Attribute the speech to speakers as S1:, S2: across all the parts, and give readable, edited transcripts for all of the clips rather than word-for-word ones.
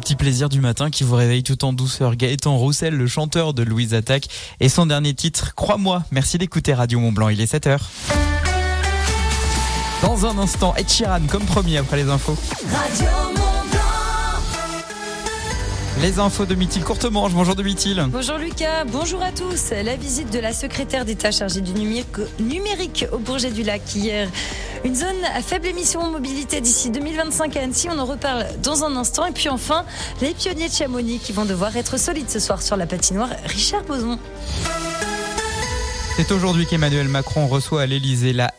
S1: petit plaisir du matin qui vous réveille tout en douceur. Gaëtan Roussel, le chanteur de Louise Attaque, et son dernier titre, Crois-moi. Merci d'écouter Radio Mont-Blanc, il est 7h. Dans un instant, Ed Sheeran comme promis après les infos.
S2: Radio Mont-Blanc.
S1: Les infos de Mithil Courtemanche. Bonjour de Mithil.
S3: Bonjour Lucas, bonjour à tous. La visite de la secrétaire d'État chargée du numérique au Bourget-du-Lac hier. Une zone à faible émission mobilité d'ici 2025 à Annecy, on en reparle dans un instant. Et puis enfin, les pionniers de Chamonix qui vont devoir être solides ce soir sur la patinoire Richard Boson.
S1: C'est aujourd'hui qu'Emmanuel Macron reçoit à l'Elysée la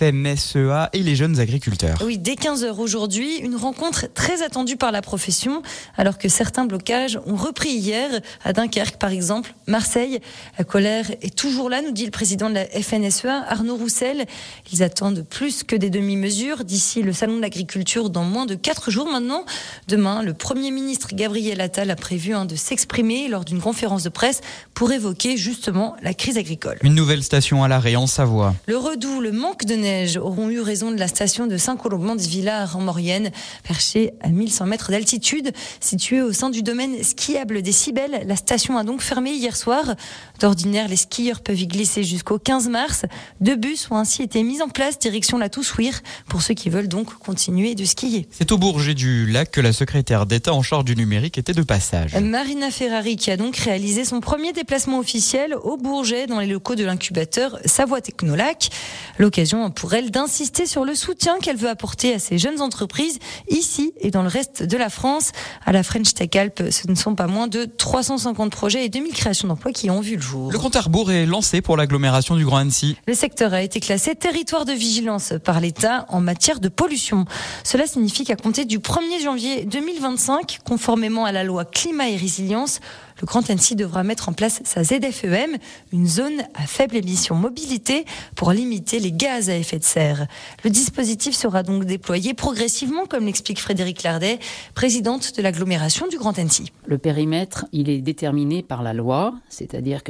S1: FNSEA et les jeunes agriculteurs.
S3: Oui, dès 15h aujourd'hui, une rencontre très attendue par la profession, alors que certains blocages ont repris hier, à Dunkerque par exemple, Marseille. La colère est toujours là, nous dit le président de la FNSEA, Arnaud Roussel. Ils attendent plus que des demi-mesures d'ici le salon de l'agriculture dans moins de 4 jours maintenant. Demain, le Premier ministre Gabriel Attal a prévu de s'exprimer lors d'une conférence de presse pour évoquer justement la crise agricole.
S1: Une nouvelle station à l'arrêt en Savoie.
S3: Le Redoux, le manque de neige auront eu raison de la station de Saint-Colomban-de-Villars en Maurienne, perchée à 1100 mètres d'altitude. Située au sein du domaine skiable des Cybèles, la station a donc fermé hier soir. D'ordinaire, les skieurs peuvent y glisser jusqu'au 15 mars. 2 bus ont ainsi été mis en place direction la Toussuire pour ceux qui veulent donc continuer de skier.
S1: C'est au Bourget-du-Lac que la secrétaire d'État en charge du numérique était de passage.
S3: Marina Ferrari qui a donc réalisé son premier déplacement officiel au Bourget dans les locaux de l'incubateur Savoie Technolac. L'occasion pour elle d'insister sur le soutien qu'elle veut apporter à ces jeunes entreprises ici et dans le reste de la France. À la French Tech Alp, ce ne sont pas moins de 350 projets et 2000 créations d'emplois qui ont vu le jour.
S1: Le compte à rebours est lancé pour l'agglomération du Grand Annecy.
S3: Le secteur a été classé territoire de vigilance par l'État en matière de pollution. Cela signifie qu'à compter du 1er janvier 2025, conformément à la loi Climat et Résilience, le Grand Annecy devra mettre en place sa ZFEM, une zone à faible émission mobilité, pour limiter les gaz à effet de serre. Le dispositif sera donc déployé progressivement, comme l'explique Frédérique Lardet, présidente de l'agglomération du Grand Annecy.
S4: Le périmètre, il est déterminé par la loi, c'est-à-dire que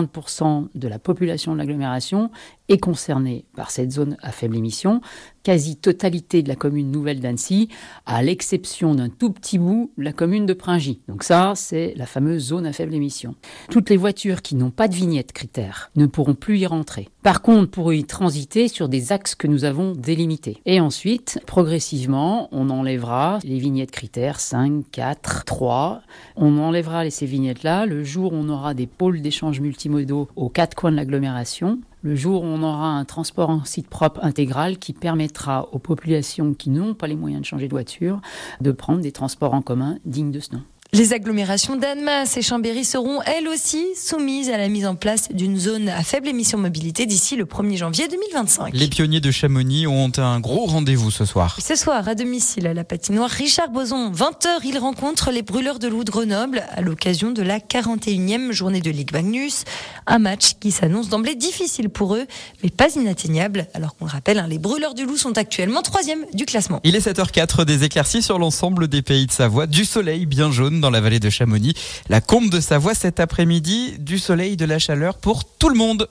S4: 50% de la population de l'agglomération est concernée par cette zone à faible émission, quasi-totalité de la commune nouvelle d'Annecy, à l'exception d'un tout petit bout, la commune de Pringy. Donc ça, c'est la fameuse zone à faible émission. Toutes les voitures qui n'ont pas de vignette critère ne pourront plus y rentrer. Par contre, pourront y transiter sur des axes que nous avons délimités. Et ensuite, progressivement, on enlèvera les vignettes critères 5, 4, 3. On enlèvera ces vignettes-là le jour où on aura des pôles d'échange multimodaux aux 4 coins de l'agglomération. Le jour où on aura un transport en site propre intégral qui permettra aux populations qui n'ont pas les moyens de changer de voiture de prendre des transports en commun dignes de ce nom.
S3: Les agglomérations d'Annemasse et Chambéry seront elles aussi soumises à la mise en place d'une zone à faible émission mobilité d'ici le 1er janvier 2025.
S1: Les pionniers de Chamonix ont un gros rendez-vous ce soir.
S3: Ce soir, à domicile, à la patinoire Richard Boson, 20h, ils rencontrent les brûleurs de loups de Grenoble à l'occasion de la 41e journée de Ligue Magnus. Un match qui s'annonce d'emblée difficile pour eux, mais pas inatteignable. Alors qu'on le rappelle, les brûleurs du loup sont actuellement 3e du classement.
S1: Il est 7h04, des éclaircies sur l'ensemble des pays de Savoie, du soleil bien jaune dans la vallée de Chamonix. La Combe de Savoie cet après-midi, du soleil, de la chaleur pour tout le monde.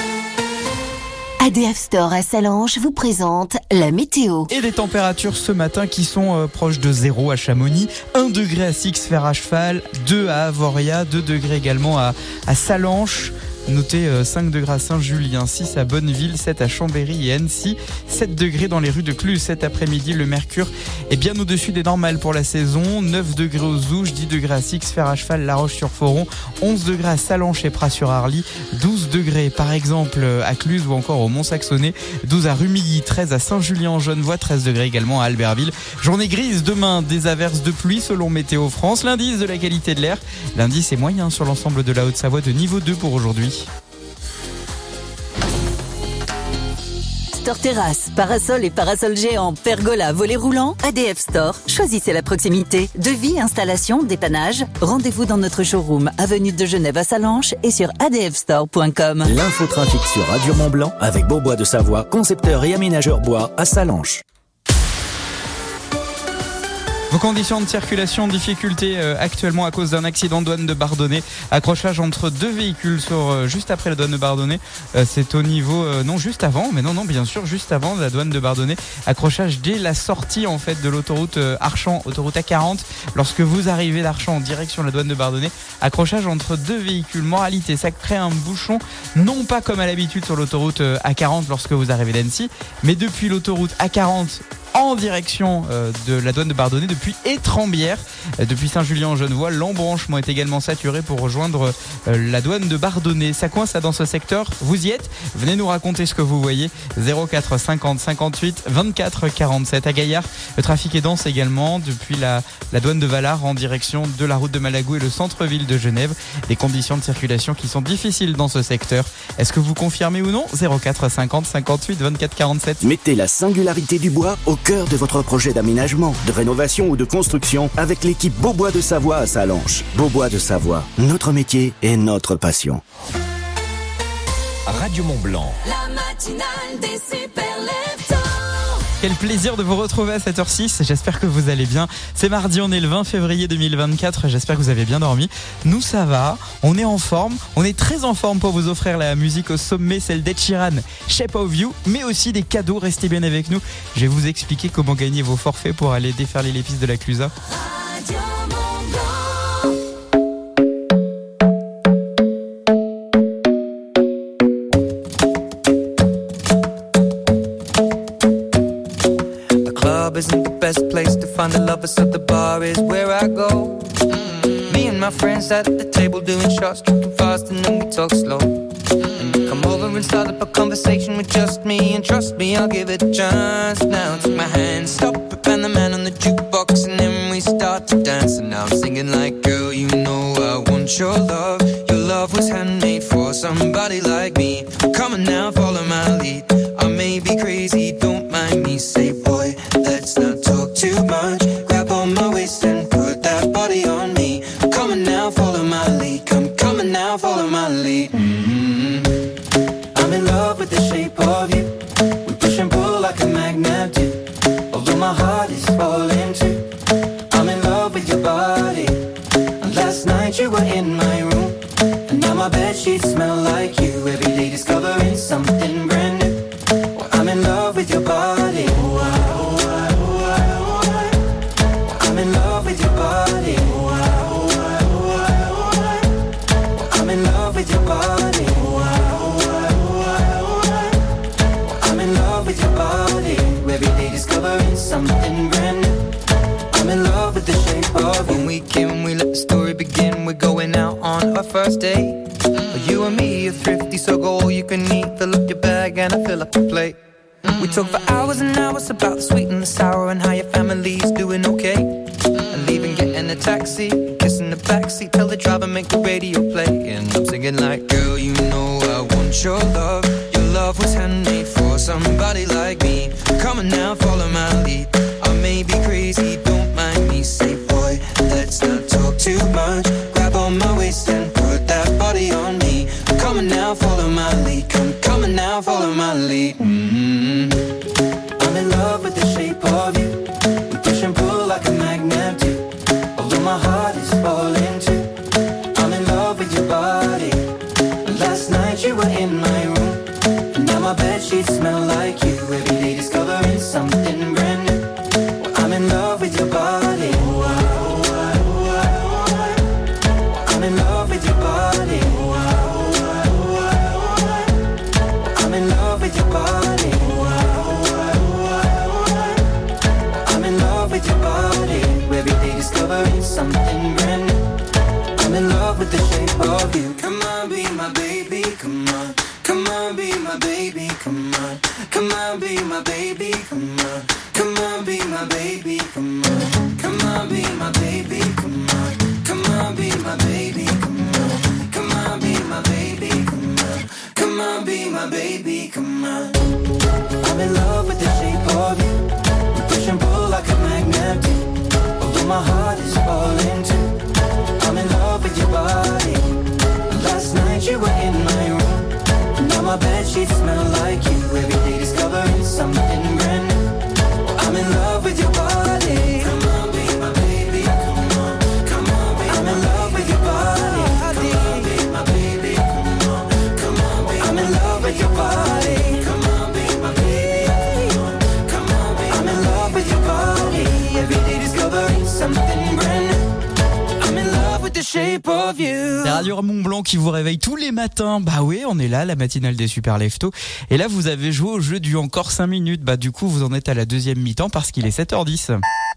S2: ADF Store à Sallanches vous présente la météo.
S1: Et des températures ce matin qui sont proches de 0 à Chamonix, 1 degré à Six-Fer à Cheval, 2 à Avoria, 2 degrés également à Sallanches. Notez 5 degrés à Saint-Julien, 6 à Bonneville, 7 à Chambéry et Annecy, 7 degrés dans les rues de Cluses cet après-midi. Le mercure est bien au-dessus des normales pour la saison, 9 degrés aux Ouches, 10 degrés à Six-Fer à Cheval, La Roche-sur-Foron, 11 degrés à Sallanches et Pras-sur-Arly, 12 degrés par exemple à Cluses ou encore au Mont-Saxonnet, 12 à Rumilly, 13 à Saint-Julien-en-Genevois, 13 degrés également à Albertville. Journée grise demain, des averses de pluie selon Météo France. L'indice de la qualité de l'air, l'indice est moyen sur l'ensemble de la Haute-Savoie de niveau 2 pour aujourd'hui.
S5: Store terrasse, parasol et parasol géant, pergola, volet roulant, ADF Store. Choisissez la proximité. Devis, installation, dépannage. Rendez-vous dans notre showroom, avenue de Genève à Sallanches et sur adfstore.com.
S6: L'infotrafic sur Radio Mont-Blanc avec Beaubois de Savoie, concepteur et aménageur bois à Sallanches.
S1: Vos conditions de circulation, difficultés actuellement à cause d'un accident de douane de Bardonnay. Accrochage entre deux véhicules juste après la douane de Bardonnay. C'est au niveau, non juste avant, mais non bien sûr juste avant la douane de Bardonnay. Accrochage dès la sortie en fait de l'autoroute Archamps, autoroute A40. Lorsque vous arrivez d'Archamps en direction de la douane de Bardonnay, accrochage entre deux véhicules. Moralité, ça crée un bouchon, non pas comme à l'habitude sur l'autoroute A40 lorsque vous arrivez d'Annecy, mais depuis l'autoroute A40 en direction de la douane de Bardonnay depuis Étrembières, depuis Saint-Julien-en-Genevois. L'embranchement est également saturé pour rejoindre la douane de Bardonnay. Ça coince dans ce secteur. Vous y êtes? Venez nous raconter ce que vous voyez. 04 50 58 24 47. À Gaillard, le trafic est dense également depuis la douane de Valar en direction de la route de Malagou et le centre-ville de Genève. Des conditions de circulation qui sont difficiles dans ce secteur. Est-ce que vous confirmez ou non? 04 50 58 24 47.
S6: Mettez la singularité du bois au cœur de votre projet d'aménagement, de rénovation ou de construction avec l'équipe Beaubois de Savoie à Sallanches. Beaubois de Savoie, notre métier et notre passion.
S7: Radio Mont-Blanc.
S2: La matinale des super leftos.
S1: Quel plaisir de vous retrouver à 7h06, j'espère que vous allez bien. C'est mardi, on est le 20 février 2024, j'espère que vous avez bien dormi. Nous ça va, on est en forme, on est très en forme pour vous offrir la musique au sommet, celle d'Ed Sheeran, Shape of You, mais aussi des cadeaux, restez bien avec nous. Je vais vous expliquer comment gagner vos forfaits pour aller déferler les pistes de la Clusa.
S2: Radio Mont-Blanc.
S8: Isn't the best place to find the lovers, so the bar is where I go. Me and my friends at the table doing shots, drinking fast and then we talk slow. And you come over and start up a conversation with just me, and trust me, I'll give it a chance. Now take my hand, stop it, and the man on the jukebox, and then we start to dance. And now I'm singing like, girl, you know I want your love. Your love was handmade for somebody like me. Come on now, follow my lead. I may be crazy, don't mind me. Say, boy, let's not talk too much. Grab on my waist and put that body on me. Come on now, follow my lead. Come on now, follow my lead. I'm in love with the shape of you. We push and pull like a magnet do. Although my heart is falling too. I'm in love with your body. And last night you were in my room. And now my bedsheets smell like you. Every day discovering something brand new. Well, I'm in love with your body. I'm in love with your body. I'm in love with your body. I'm in love with your body. Every day discovering something brand new. I'm in love with the shape of you. When we can, we let the story begin. We're going out on our first date. You and me are thrifty, so go all you can eat. Fill up your bag and I fill up the plate. We talk for hours and hours about the sweet and the sour and how your family's doing okay. And leaving, getting a taxi, kissing the backseat, tell the driver make the radio play. And I'm singing like, girl, you know I want your love. Your love was handmade for somebody like me. Come on now, follow my lead. I may be crazy, don't mind me. Say, boy, let's not talk too much. Grab on my waist and put that body on me. Come on now, follow my lead. Come on now, follow my lead. I'm in love with the shape of you. We push and pull like a magnet do. Although my heart is falling too. I'm in love with your body. Last night you were in my room. And now my bedsheets smell like you. Every day discovering something brand new. Well, I'm in love with your body. I'm in love with your body. I'm in love with your body. I'm in love with your body. Every day discovering something brand new. I'm in love with the shape of you. Come on, be my baby, come on. Come on, be my baby, come on. Come on, be my baby, come on. Come on, be my baby, come on. Come on, be my baby, come on. Come on, be my baby, come on. Come on, be my baby, come on. Come on, be my baby, come on. I'm in love with the shape of you. We push and pull like a magnet do. Although my heart is falling too. I'm in love with your body. Last night you were in my room. Now my bedsheets smell like you. Every day discovering something brand new. I'm in love with your body. Come on, be my shape of you.
S1: C'est Radio Mont-Blanc qui vous réveille tous les matins. Bah oui, on est là, la matinale des Super Leftos. Et là, vous avez joué au jeu du encore 5 minutes. Bah du coup, vous en êtes à la deuxième mi-temps parce qu'il est 7h10.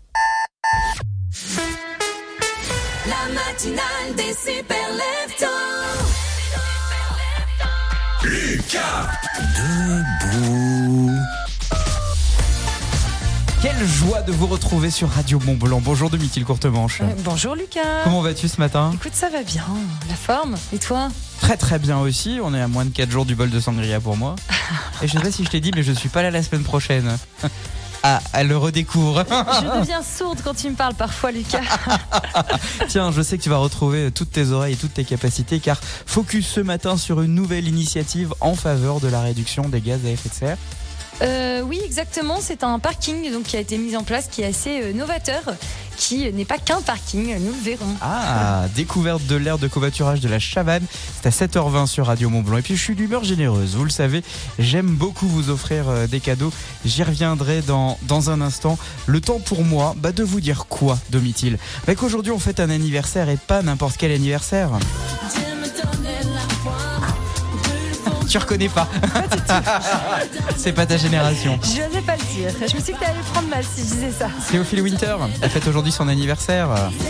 S2: La matinale des Super Leftos.
S1: Quelle joie de vous retrouver sur Radio Mont-Blanc. Bonjour Domitil Courtemanche.
S3: Bonjour Lucas.
S1: Comment vas-tu ce matin ?
S3: Écoute, ça va bien. La forme. Et toi ?
S1: Très très bien aussi. On est à moins de 4 jours du bol de sangria pour moi. Et je sais pas si je t'ai dit, mais je suis pas là la semaine prochaine. Ah, elle le redécouvre.
S3: Je deviens sourde quand tu me parles parfois, Lucas.
S1: Tiens, je sais que tu vas retrouver toutes tes oreilles et toutes tes capacités car focus ce matin sur une nouvelle initiative en faveur de la réduction des gaz à effet de serre.
S3: Oui, exactement. C'est un parking donc, qui a été mis en place, qui est assez novateur, qui n'est pas qu'un parking, nous le verrons.
S1: Ah, découverte de l'aire de covoiturage de la Chavanne. C'est à 7h20 sur Radio Mont-Blanc. Et puis je suis d'humeur généreuse, vous le savez. J'aime beaucoup vous offrir des cadeaux. J'y reviendrai dans un instant. Le temps pour moi de vous dire quoi, Domitil ? Qu'aujourd'hui on fête un anniversaire et pas n'importe quel anniversaire. Tu reconnais pas. C'est pas ta génération.
S3: Je n'osais pas le dire. Je me suis dit que tu allais prendre mal si je disais ça.
S1: Théophile Winter, elle fête aujourd'hui son anniversaire.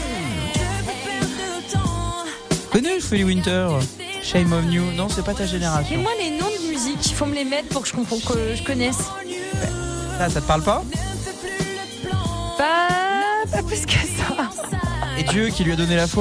S1: Connais Théophile Winter, Shame on You. Non, c'est pas ta
S3: Et
S1: génération.
S3: moi, les noms de musique, il faut me les mettre pour que je connaisse.
S1: Ça te parle pas ?
S3: Pas plus que ça.
S1: Et Dieu qui lui a donné la foi ?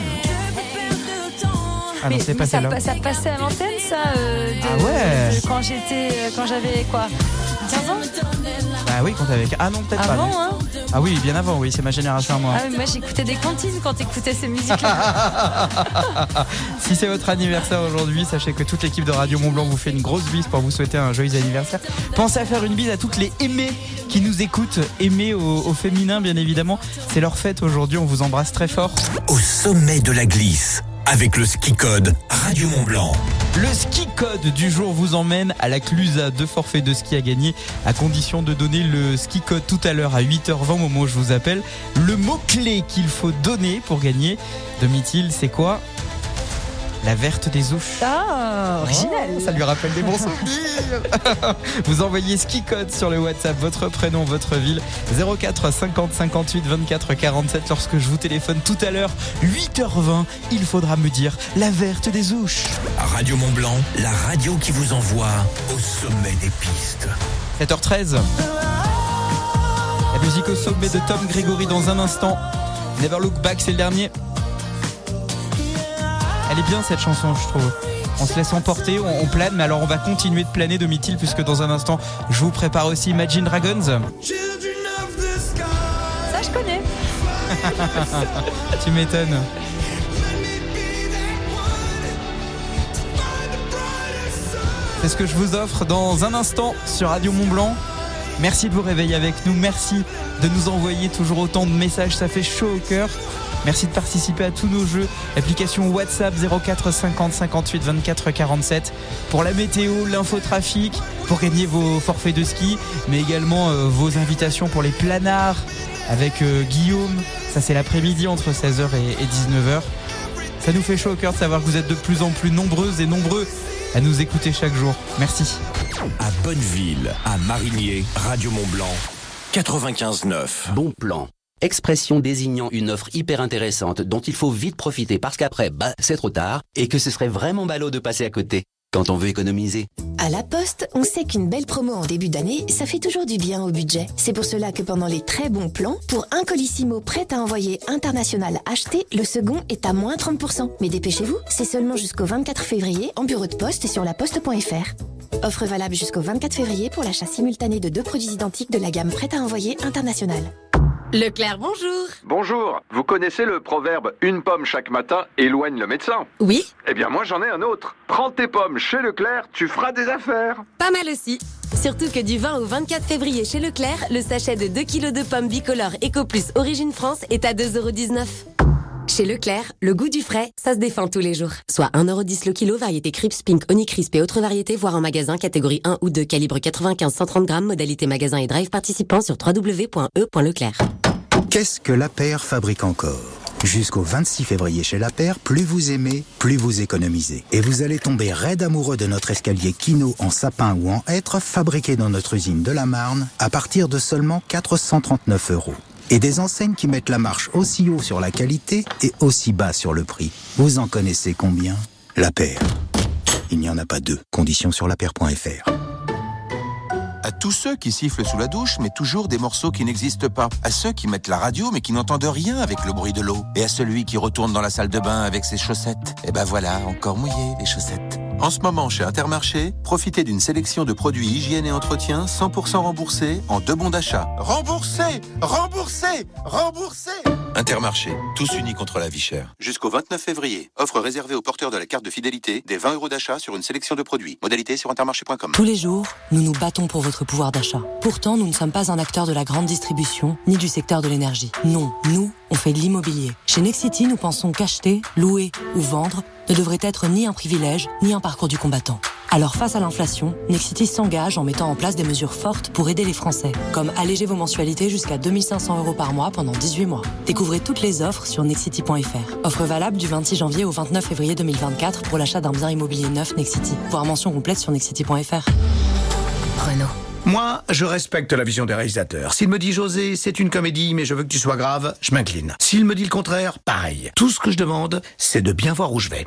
S1: Ah non, c'est pas celle-là.
S3: Ça passait à l'antenne, ça,
S1: Ah ouais.
S3: quand j'avais quoi, 15 ans.
S1: Ah oui, quand t'avais... Ah non, peut-être pas.
S3: Avant,
S1: non.
S3: hein.
S1: Ah oui, bien avant, oui, c'est ma génération à moi.
S3: Ah, mais moi, j'écoutais des comptines quand t'écoutais ces musiques-là.
S1: Si c'est votre anniversaire aujourd'hui, sachez que toute l'équipe de Radio Mont-Blanc vous fait une grosse bise pour vous souhaiter un joyeux anniversaire. Pensez à faire une bise à toutes les aimées qui nous écoutent, aimées au féminin bien évidemment. C'est leur fête aujourd'hui, on vous embrasse très fort.
S7: Au sommet de la glisse, avec le ski code Radio Mont-Blanc.
S1: Le ski code du jour vous emmène à la Clusa, 2 forfaits de ski à gagner à condition de donner le ski code tout à l'heure à 8h20 au moment où je vous appelle. Le mot-clé qu'il faut donner pour gagner, Domitil, c'est quoi ? La verte des ouches.
S3: Ah, original.
S1: Oh, ça lui rappelle des bons souvenirs. Vous envoyez ski code sur le WhatsApp, votre prénom, votre ville, 04 50 58 24 47. Lorsque je vous téléphone tout à l'heure, 8h20, il faudra me dire la verte des ouches.
S7: Radio Mont-Blanc, la radio qui vous envoie au sommet des pistes.
S1: 7h13. La musique au sommet de Tom Grégory dans un instant. Never Look Back, c'est le dernier. Elle est bien cette chanson, je trouve. On se laisse emporter, on plane, mais alors on va continuer de planer, Domitil, puisque dans un instant, je vous prépare aussi Imagine Dragons.
S3: Ça, je connais.
S1: Tu m'étonnes. C'est ce que je vous offre dans un instant sur Radio Mont-Blanc. Merci de vous réveiller avec nous, merci de nous envoyer toujours autant de messages, ça fait chaud au cœur. Merci de participer à tous nos jeux. Application WhatsApp 04 50 58 24 47 pour la météo, l'infotrafic, pour gagner vos forfaits de ski, mais également vos invitations pour les planards avec Guillaume. Ça c'est l'après-midi entre 16h et 19h. Ça nous fait chaud au cœur de savoir que vous êtes de plus en plus nombreuses et nombreux à nous écouter chaque jour. Merci.
S7: À Bonneville, à Marigné, Radio Mont-Blanc, 95.9.
S9: Bon plan. Expression désignant une offre hyper intéressante dont il faut vite profiter parce qu'après, c'est trop tard et que ce serait vraiment ballot de passer à côté quand on veut économiser.
S10: À La Poste, on sait qu'une belle promo en début d'année, ça fait toujours du bien au budget. C'est pour cela que pendant les très bons plans, pour un Colissimo prêt à envoyer international acheté, le second est à moins 30%. Mais dépêchez-vous, c'est seulement jusqu'au 24 février en bureau de poste et sur laposte.fr. Offre valable jusqu'au 24 février pour l'achat simultané de 2 produits identiques de la gamme prêt à envoyer international.
S11: Leclerc, bonjour.
S12: Bonjour. Vous connaissez le proverbe « Une pomme chaque matin éloigne le médecin » ?
S11: Oui.
S12: Eh bien moi j'en ai un autre. Prends tes pommes chez Leclerc, tu feras des affaires.
S11: Pas mal aussi. Surtout que du 20 au 24 février chez Leclerc, le sachet de 2 kg de pommes bicolores Eco Plus Origine France est à 2,19 €. Chez Leclerc, le goût du frais, ça se défend tous les jours. Soit 1,10 € le kilo, variété Crips, Pink, Honeycrisp et autres variétés, voire en magasin, catégorie 1 ou 2, calibre 95-130 grammes, modalité magasin et drive participant sur www.e.leclerc.
S13: Qu'est-ce que l'APR fabrique encore ? Jusqu'au 26 février chez La Paire, plus vous aimez, plus vous économisez. Et vous allez tomber raide amoureux de notre escalier Kino en sapin ou en hêtre, fabriqué dans notre usine de la Marne, à partir de seulement 439 €. Et des enseignes qui mettent la marche aussi haut sur la qualité et aussi bas sur le prix. Vous en connaissez combien ? La Paire. Il n'y en a pas deux. Conditions sur lapaire.fr.
S14: À tous ceux qui sifflent sous la douche, mais toujours des morceaux qui n'existent pas. À ceux qui mettent la radio, mais qui n'entendent rien avec le bruit de l'eau. Et à celui qui retourne dans la salle de bain avec ses chaussettes. Et ben voilà, encore mouillé les chaussettes. En ce moment, chez Intermarché, profitez d'une sélection de produits hygiène et entretien 100% remboursés en 2 bons d'achat. Remboursés ! Remboursés ! Remboursés ! Intermarché, tous unis contre la vie chère. Jusqu'au 29 février, offre réservée aux porteurs de la carte de fidélité des 20 € d'achat sur une sélection de produits. Modalité sur intermarché.com.
S15: Tous les jours, nous nous battons pour votre pouvoir d'achat. Pourtant, nous ne sommes pas un acteur de la grande distribution, ni du secteur de l'énergie. Non, nous, on fait de l'immobilier. Chez Nexity, nous pensons qu'acheter, louer ou vendre ne devrait être ni un privilège, ni un parcours du combattant. Alors face à l'inflation, Nexity s'engage en mettant en place des mesures fortes pour aider les Français, comme alléger vos mensualités jusqu'à 2 500 € par mois pendant 18 mois. Découvrez toutes les offres sur nexity.fr. Offre valable du 26 janvier au 29 février 2024 pour l'achat d'un bien immobilier neuf Nexity. Voir mention complète sur nexity.fr.
S16: Renault. Moi, je respecte la vision des réalisateurs. S'il me dit José, c'est une comédie, mais je veux que tu sois grave, je m'incline. S'il me dit le contraire, pareil. Tout ce que je demande, c'est de bien voir où je vais.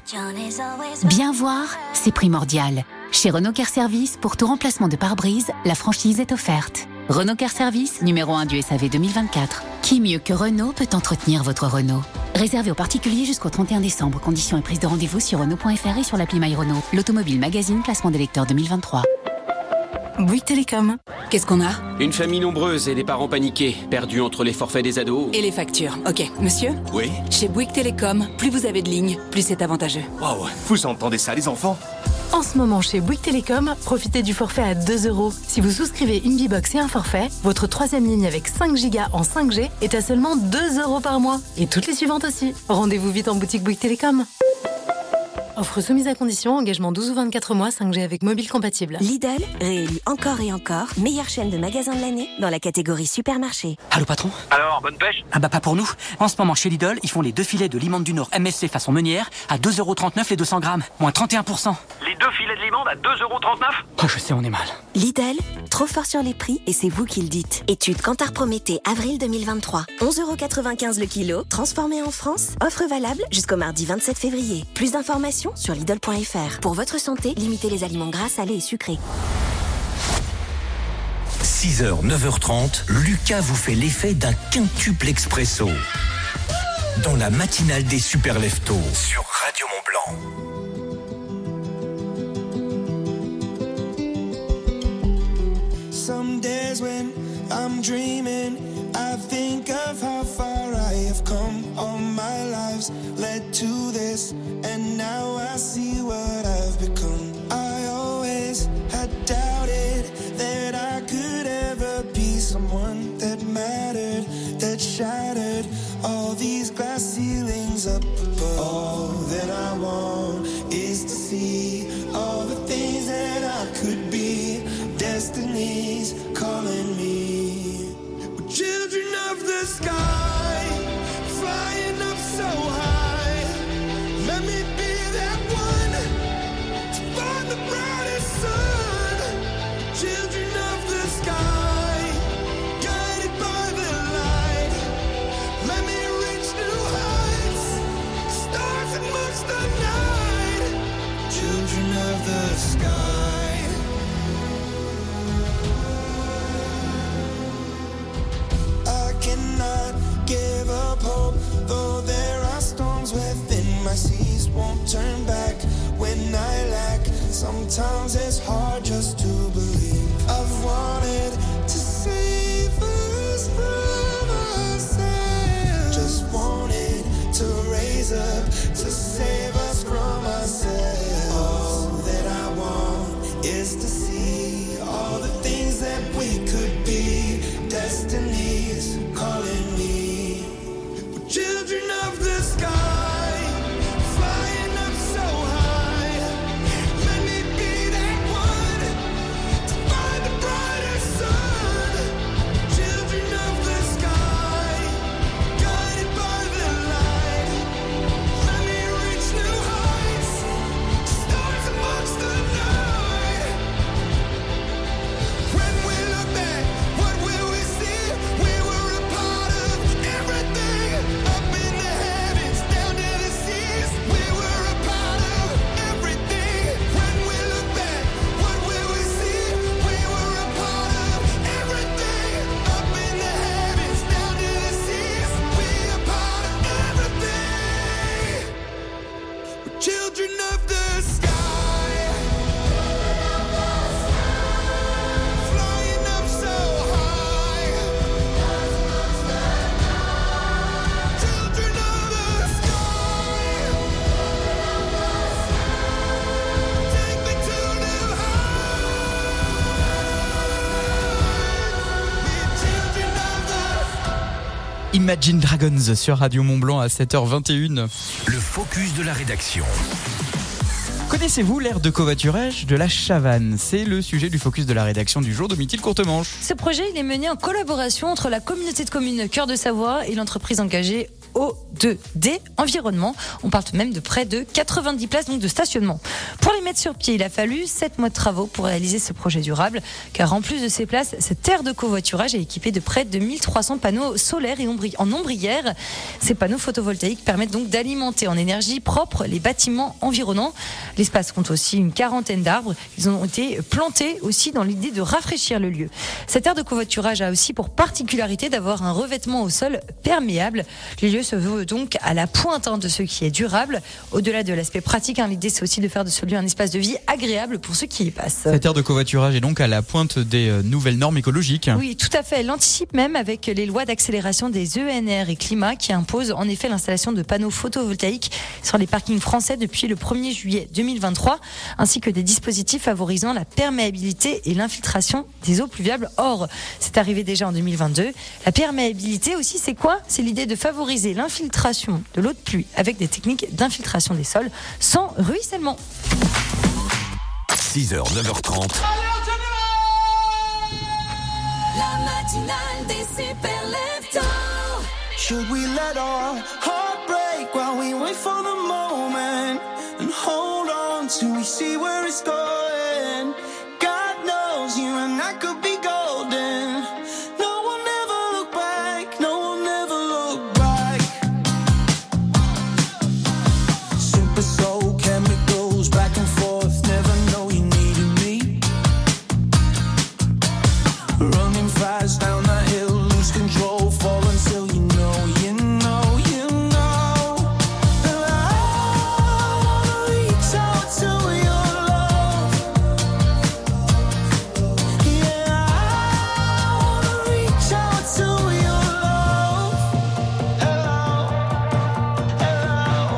S17: Bien voir, c'est primordial. Chez Renault Care Service, pour tout remplacement de pare-brise, la franchise est offerte. Renault Care Service, numéro 1 du SAV 2024. Qui mieux que Renault peut entretenir votre Renault ? Réservé aux particuliers jusqu'au 31 décembre. Conditions et prise de rendez-vous sur Renault.fr et sur l'appli My Renault. L'Automobile Magazine, classement des lecteurs 2023.
S18: Bouygues Télécom. Qu'est-ce qu'on a ?
S19: Une famille nombreuse et des parents paniqués, perdus entre les forfaits des ados.
S18: Et les factures. Ok, monsieur ?
S19: Oui.
S18: Chez Bouygues Télécom, plus vous avez de lignes, plus c'est avantageux.
S19: Waouh, vous entendez ça les enfants ?
S18: En ce moment, chez Bouygues Télécom, profitez du forfait à 2 €. Si vous souscrivez une Bibox et un forfait, votre 3e ligne avec 5 Go en 5G est à seulement 2 € par mois. Et toutes les suivantes aussi. Rendez-vous vite en boutique Bouygues Télécom. Offre soumise à condition, engagement 12 ou 24 mois, 5G avec mobile compatible.
S20: Lidl, réélu encore et encore, meilleure chaîne de magasins de l'année dans la catégorie supermarché.
S21: Allô patron ?
S22: Alors, bonne pêche ?
S21: Ah bah pas pour nous. En ce moment chez Lidl, ils font les 2 filets de limande du Nord MSC façon meunière à 2,39 € les 200 grammes, moins 31%.
S22: Les 2 filets de limande à 2,39 €?
S21: Oh je sais, on est mal.
S20: Lidl, trop fort sur les prix et c'est vous qui le dites. Étude Kantar Prométhée, avril 2023. 11,95 € le kilo, transformé en France. Offre valable jusqu'au mardi 27 février. Plus d'informations sur Lidl.fr. Pour votre santé, limitez les aliments gras, salés et sucrés.
S7: 6h, 9h30, Lucas vous fait l'effet d'un quintuple expresso. Dans la matinale des Super Leftos sur Radio Mont-Blanc.
S8: Some days when I'm dreaming, I think of how far I have come. All my lives led to this, and now I see what I've become. I always had doubted that I could ever be someone that mattered, that shattered all these glass ceilings up above. All that I want is to see all the things that I could be. Destiny's calling me. We're children of the sky, flying up so high. Let me be that one to find the brightest sun. Children of the sky, guided by the light. Let me reach new heights, stars amongst the night. Children of the sky. Cannot give up hope, though there are storms within. My seas won't turn back when I lack. Sometimes it's hard just to believe. I've wanted to save us from ourselves. Just wanted to raise up to save us from ourselves. All that I want is to see all the things that we could be. Destiny's calling me. We're children of the sky, flying up so high. Let me be that one to find the brightest sun. Children of the sky, guided by the light.
S1: Imagine Dragons sur Radio Mont-Blanc à 7h21.
S7: Le focus de la rédaction.
S1: Connaissez-vous l'aire de covoiturage de la Chavanne ? C'est le sujet du focus de la rédaction du jour de Mithilde Courtemanche.
S3: Ce projet, il est mené en collaboration entre la communauté de communes Cœur de Savoie et l'entreprise engagée O2D Environnement. On parle tout de même de près de 90 places donc de stationnement. Pour les mettre sur pied, il a fallu 7 mois de travaux pour réaliser ce projet durable, car en plus de ces places, cette aire de covoiturage est équipée de près de 1300 panneaux solaires et en ombrière. Ces panneaux photovoltaïques permettent donc d'alimenter en énergie propre les bâtiments environnants. L'espace compte aussi une quarantaine d'arbres. Ils ont été plantés aussi dans l'idée de rafraîchir le lieu. Cette aire de covoiturage a aussi pour particularité d'avoir un revêtement au sol perméable. Le lieu se veut donc à la pointe de ce qui est durable. Au-delà de l'aspect pratique, l'idée c'est aussi de faire de ce lieu un espace de vie agréable pour ceux qui y passent.
S1: Cette aire de covoiturage est donc à la pointe des nouvelles normes écologiques.
S3: Oui, tout à fait. Elle anticipe même avec les lois d'accélération des ENR et climat qui imposent en effet l'installation de panneaux photovoltaïques sur les parkings français depuis le 1er juillet 2023, ainsi que des dispositifs favorisant la perméabilité et l'infiltration des eaux pluviales. Or, c'est arrivé déjà en 2022. La perméabilité aussi, c'est quoi ? C'est l'idée de favoriser l'infiltration de l'eau de pluie avec des techniques d'infiltration des sols sans ruissellement.
S7: 6h, 9h30.
S2: La matinale des super leftos.
S8: Should we let our heart break while we wait for the moment and hold on till we see where it's going? God knows you and I could be golden. No one ever look back, no one ever look back. Super soul chemicals back and forth, never know you needed me. Running fast down that hill, lose control, fall until you know, you know, you know. And I wanna reach out to your love. Yeah, I wanna reach out to your love. Hello, hello,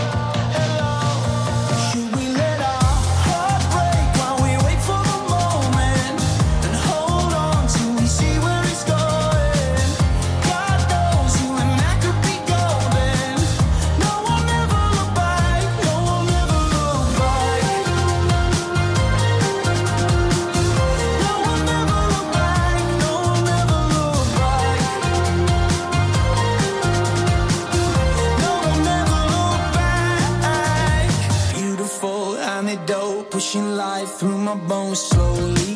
S8: hello. Should we let our heart break while we wait for the moment and hold on till we see where it's going? God knows you and I could be golden. No one ever look back, no one ever look back. No one ever look back, no one ever look back. No one ever look back. Beautiful antidote, pushing life through my bones slowly.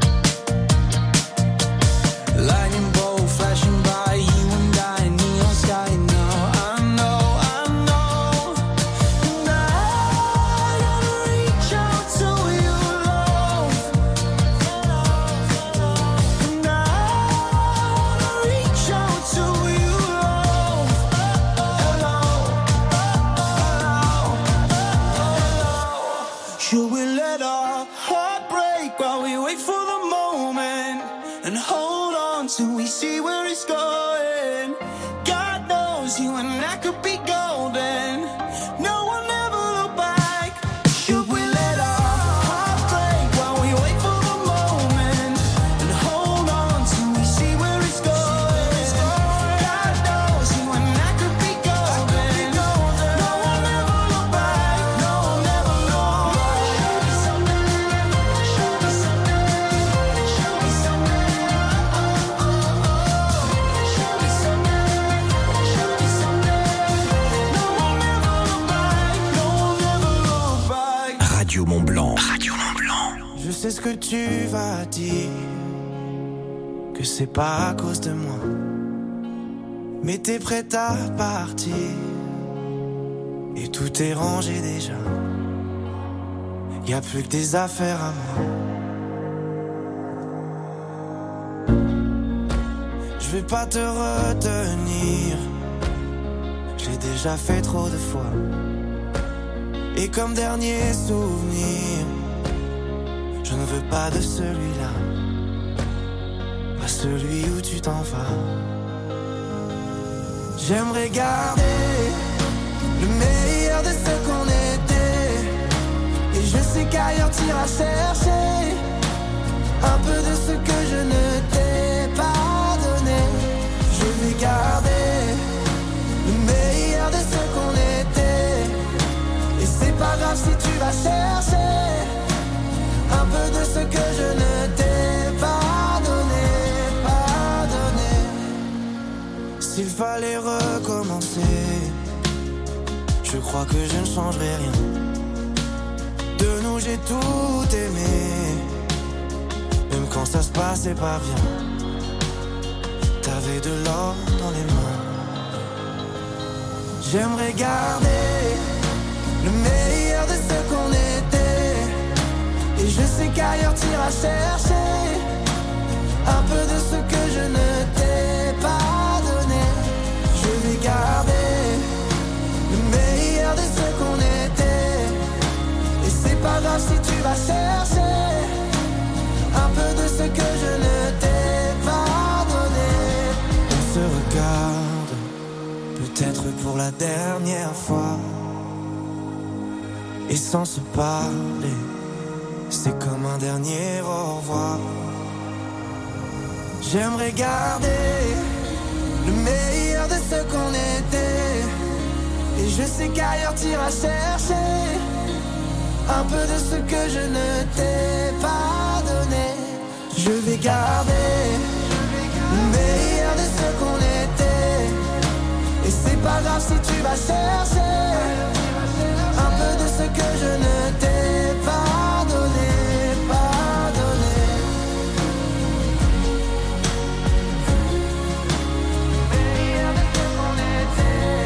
S8: Lightning bolt flashing by, you and I, neon sky now. I know, I know. And I gotta reach out to your love. And I wanna reach out to your love. Hello, hello. Should we let our heart break while we wait for the moment and hold on till we see where it's going? God knows you and I could be golden. No one ever look back. Should we let our heart break while we wait for the moment and hold on till we see where it's going? God knows you and I could be golden. No one ever look back. No one ever look back. Show me something. Show me something. Show me something. Show me something. No one ever look back. No one ever look back.
S7: Radio Mont-Blanc. Radio Mont-Blanc.
S8: Je sais ce que tu vas dire, que c'est pas à cause de moi, mais t'es prête à partir et tout est rangé déjà. Y a plus que des affaires à moi. Je vais pas te retenir, j'ai déjà fait trop de fois. Et comme dernier souvenir, je ne veux pas de celui-là, pas celui où tu t'en vas. J'aimerais garder le meilleur de ce qu'on était, et je sais qu'ailleurs t'iras chercher un peu de ce que je ne t'ai pas donné. Je vais garder chercher un peu de ce que je ne t'ai pas donné. S'il fallait recommencer, je crois que je ne changerai rien. De nous j'ai tout aimé, même quand ça se passait pas bien. T'avais de l'or dans les mains. J'aimerais garder le meilleur de ce qu'on était, et je sais qu'ailleurs t'iras chercher un peu de ce que je ne t'ai pas donné. Je vais garder le meilleur de ce qu'on était, et c'est pas grave si tu vas chercher un peu de ce que je ne t'ai pas donné. On se regarde, peut-être pour la dernière fois, et sans se parler, c'est comme un dernier au revoir. J'aimerais garder le meilleur de ce qu'on était, et je sais qu'ailleurs t'iras chercher un peu de ce que je ne t'ai pas donné. Je vais garder le meilleur de ce qu'on était, et c'est pas grave si tu vas chercher un peu de ce que je ne t'ai pas donné, pas donné. Meilleur de ce qu'on était,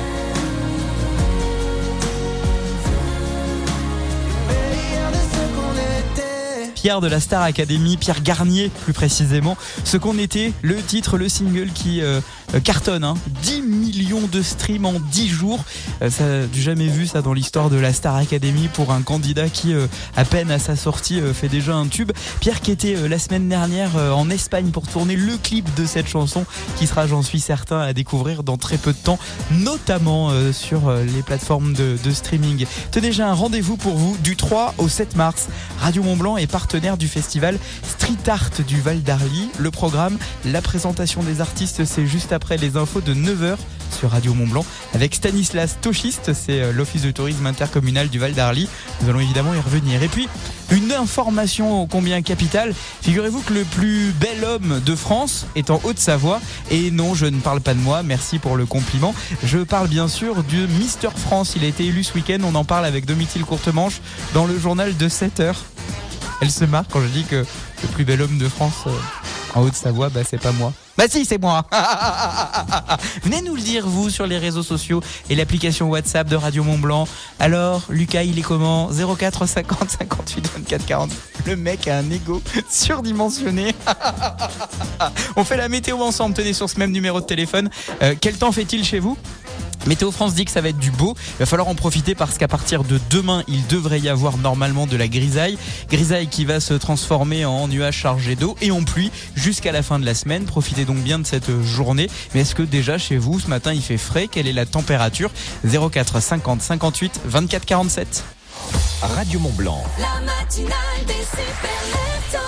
S8: meilleur de ce qu'on était.
S1: Pierre de la Star Academy, Pierre Garnier plus précisément. Ce qu'on était, le titre, le single qui cartonne, 10 millions de streams en 10 jours. Ça, du jamais vu ça dans l'histoire de la Star Academy pour un candidat qui, à peine à sa sortie, fait déjà un tube. Pierre qui était la semaine dernière en Espagne pour tourner le clip de cette chanson qui sera, j'en suis certain, à découvrir dans très peu de temps, notamment sur les plateformes de streaming. Tenez, j'ai un rendez-vous pour vous du 3 au 7 mars. Radio Mont-Blanc est partenaire du festival Street Art du Val d'Arly. Le programme, la présentation des artistes, c'est juste après les infos de 9h sur Radio Mont-Blanc avec Stanislas Tochiste, c'est l'Office de tourisme intercommunal du Val d'Arly. Nous allons évidemment y revenir. Et puis, une information ô combien capitale. Figurez-vous que le plus bel homme de France est en Haute-Savoie. Et non, je ne parle pas de moi, merci pour le compliment. Je parle bien sûr du Mister France. Il a été élu ce week-end, on en parle avec Domitil Courtemanche dans le journal de 7h. Elle se marre quand je dis que le plus bel homme de France en Haute-Savoie, c'est pas moi. Bah si, c'est moi. Venez nous le dire, vous, sur les réseaux sociaux et l'application WhatsApp de Radio Mont-Blanc. Alors, Lucas, il est comment ? 04 50 58 24 40. Le mec a un ego surdimensionné. On fait la météo ensemble, tenez, sur ce même numéro de téléphone. Quel temps fait-il chez vous ? Météo France dit que ça va être du beau. Il va falloir en profiter parce qu'à partir de demain, il devrait y avoir normalement de la grisaille. Grisaille qui va se transformer en nuages chargés d'eau et en pluie jusqu'à la fin de la semaine. Profitez donc bien de cette journée. Mais est-ce que déjà chez vous, ce matin, il fait frais ? Quelle est la température ? 04 50 58 24 47.
S7: Radio Mont-Blanc.
S2: La matinale des super leftos.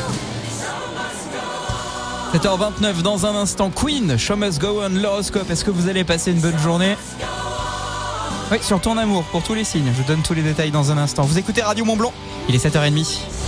S1: 7h29 dans un instant, Queen, Show Must Go On, l'horoscope. Est-ce que vous allez passer une bonne journée ? Oui, sur ton amour, pour tous les signes. Je donne tous les détails dans un instant. Vous écoutez Radio Mont-Blanc, il est 7h30.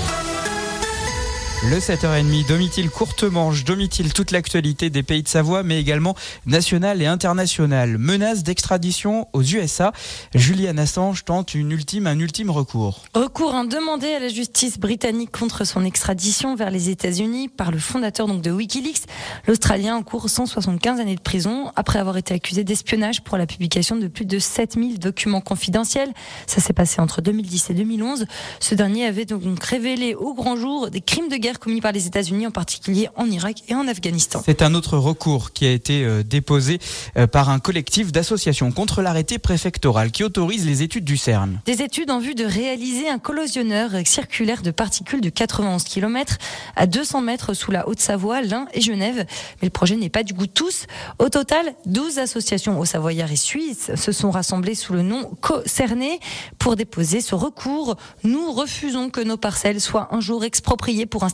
S1: Le 7h30, Domitil Courtemanche, Domitil toute l'actualité des pays de Savoie, mais également nationale et internationale. Menace d'extradition aux USA. Julian Assange tente un ultime recours.
S3: Recours demandé à la justice britannique contre son extradition vers les États-Unis par le fondateur de Wikileaks. L'Australien encourt 175 années de prison après avoir été accusé d'espionnage pour la publication de plus de 7000 documents confidentiels. Ça s'est passé entre 2010 et 2011. Ce dernier avait donc révélé au grand jour des crimes de guerre commis par les États-Unis, en particulier en Irak et en Afghanistan.
S1: C'est un autre recours qui a été déposé par un collectif d'associations contre l'arrêté préfectoral qui autorise les études du CERN.
S3: Des études en vue de réaliser un collisionneur circulaire de particules de 91 km à 200 mètres sous la Haute-Savoie, l'Ain et Genève. Mais le projet n'est pas du goût de tous. Au total, 12 associations haut-savoyards et suisses se sont rassemblées sous le nom Co-Cerné pour déposer ce recours. Nous refusons que nos parcelles soient un jour expropriées pour installer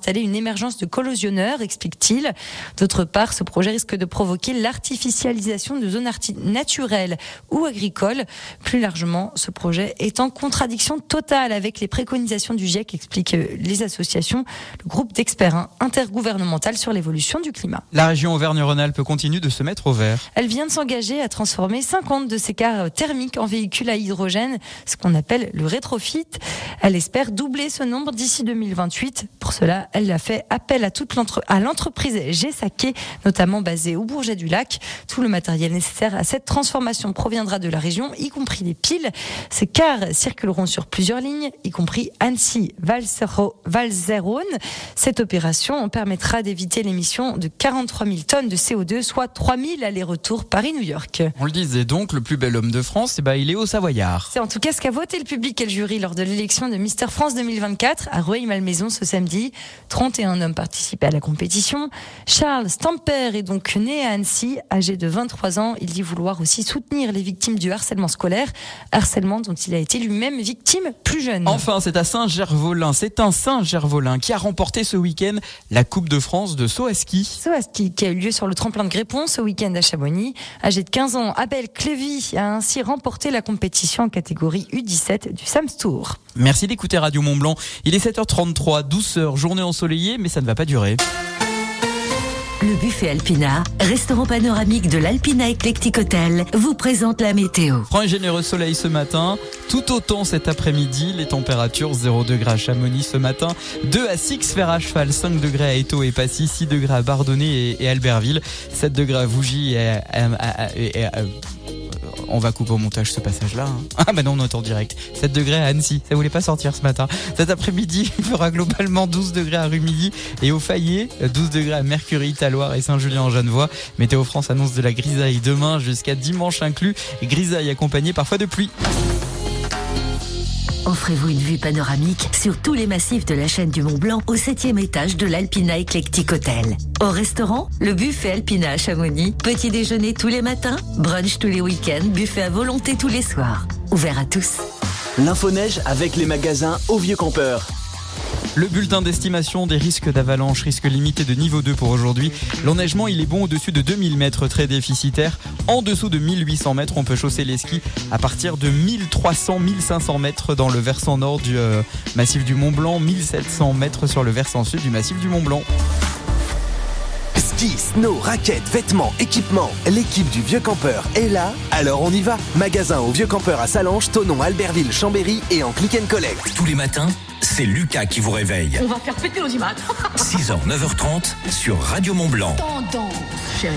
S3: installer une émergence de collosionneurs, explique-t-il. D'autre part, ce projet risque de provoquer l'artificialisation de zones naturelles ou agricoles. Plus largement, ce projet est en contradiction totale avec les préconisations du GIEC, expliquent les associations, le groupe d'experts intergouvernemental sur l'évolution du climat.
S1: La région Auvergne-Rhône-Alpes continue de se mettre au vert.
S3: Elle vient de s'engager à transformer 50 de ses cars thermiques en véhicules à hydrogène, ce qu'on appelle le rétrofit. Elle espère doubler ce nombre d'ici 2028. Pour cela, elle a fait appel à l'entreprise G-Saké, notamment basée au Bourget-du-Lac. Tout le matériel nécessaire à cette transformation proviendra de la région, y compris les piles. Ces cars circuleront sur plusieurs lignes, y compris Annecy-Valzerone. Cette opération permettra d'éviter l'émission de 43 000 tonnes de CO2, soit 3 000 allers-retours Paris-New York.
S1: On le disait donc, le plus bel homme de France, il est au Savoyard.
S3: C'est en tout cas ce qu'a voté le public et le jury lors de l'élection de Mister France 2024 à Rueil-Malmaison ce samedi. 31 hommes participaient à la compétition. Charles Stamper est donc né à Annecy, âgé de 23 ans. Il dit vouloir aussi soutenir les victimes du harcèlement scolaire, harcèlement dont il a été lui-même victime plus jeune.
S1: Enfin, c'est à Saint-Gervolin. C'est un Saint-Gervolin qui a remporté ce week-end la Coupe de France de saut à ski.
S3: Saut à ski qui a eu lieu sur le tremplin de Grépon ce week-end à Chamonix. Âgé de 15 ans, Abel Clévy a ainsi remporté la compétition en catégorie U17 du Sams Tour.
S1: Merci d'écouter Radio Mont-Blanc. Il est 7h33, douceur, journée ensoleillée, mais ça ne va pas durer.
S4: Le buffet Alpina, restaurant panoramique de l'Alpina Eclectic Hotel, vous présente la météo.
S1: Franc et généreux soleil ce matin, tout autant cet après-midi. Les températures 0 degrés à Chamonix ce matin, 2 à Six-Fer à Cheval, 5 degrés à Étaux et Passy, 6 degrés à Bardonnay et Albertville, 7 degrés à Vougy on va couper au montage ce passage-là. Ah bah non, on est en direct. 7 degrés à Annecy, ça voulait pas sortir ce matin. Cet après-midi, il fera globalement 12 degrés à Rumilly et au Fayet, 12 degrés à Mercury, Taloir et Saint-Julien-en-Genevois. Météo France annonce de la grisaille demain jusqu'à dimanche inclus. Grisaille accompagnée parfois de pluie.
S4: Offrez-vous une vue panoramique sur tous les massifs de la chaîne du Mont-Blanc au 7e étage de l'Alpina Eclectic Hotel. Au restaurant, le buffet Alpina à Chamonix. Petit déjeuner tous les matins, brunch tous les week-ends, buffet à volonté tous les soirs. Ouvert à tous.
S5: L'info-neige avec les magasins Au Vieux Campeur.
S1: Le bulletin d'estimation des risques d'avalanche, risque limité de niveau 2 pour aujourd'hui. L'enneigement, il est bon au-dessus de 2000 mètres, très déficitaire. En dessous de 1800 mètres, on peut chausser les skis à partir de 1300-1500 mètres dans le versant nord du massif du Mont-Blanc, 1700 mètres sur le versant sud du massif du Mont-Blanc.
S5: Ski, snow, raquettes, vêtements, équipements. L'équipe du Vieux Campeur est là, alors on y va. Magasin Au Vieux Campeur à Sallanches, Thonon, Albertville, Chambéry et en click and collect.
S7: Tous les matins, c'est Lucas qui vous réveille.
S23: On va faire péter l'audimat.
S7: 6h, 9h30 sur Radio Mont-Blanc.
S23: Tendance, chérie.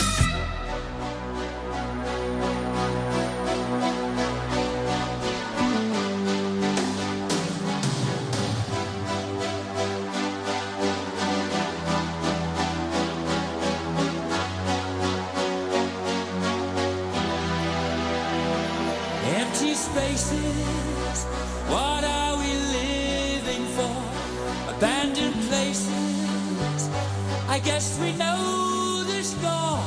S8: Empty spaces, what are we living for? Abandoned places, I guess we know the score.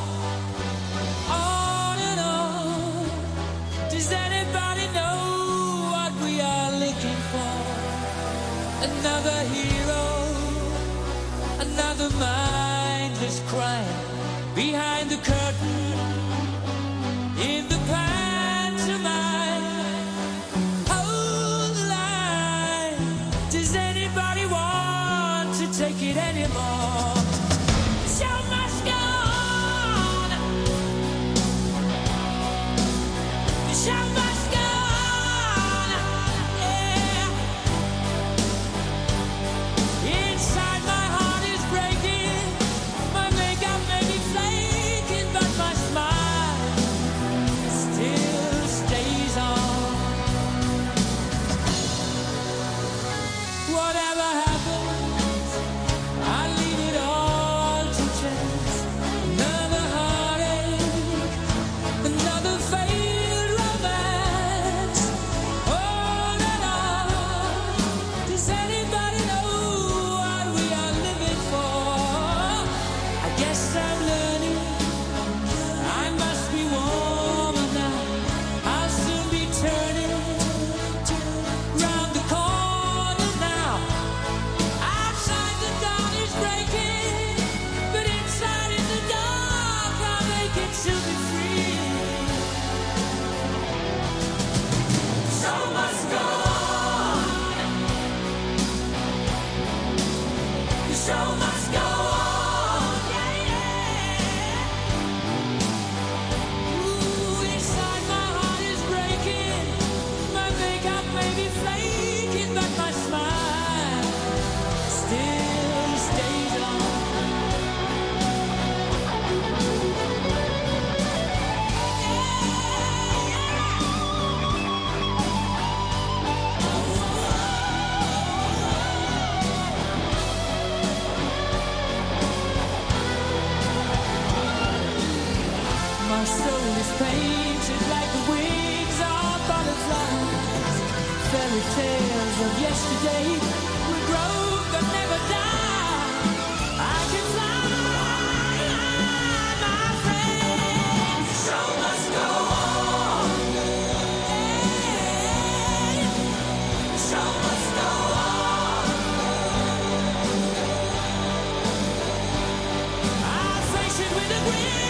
S8: On and on, does anybody know what we are looking for? Another hero, another mindless crime behind the curtain, in the pantomime. Hold the line. Does anybody want to take it anymore? The show must go on. The show must go on. Yeah. Inside my heart is breaking. My makeup may be flaking, but my smile still stays on. Whatever happens, I leave it all
S2: show must go on. Ooh, inside my heart is breaking. My makeup may be flaking, but my smile still stays on. My soul is painted like the wings of butterflies. Fairy tales of yesterday will grow but never die. I can fly, my friend. Show must go on. Show must go on. I'll face it with a grin.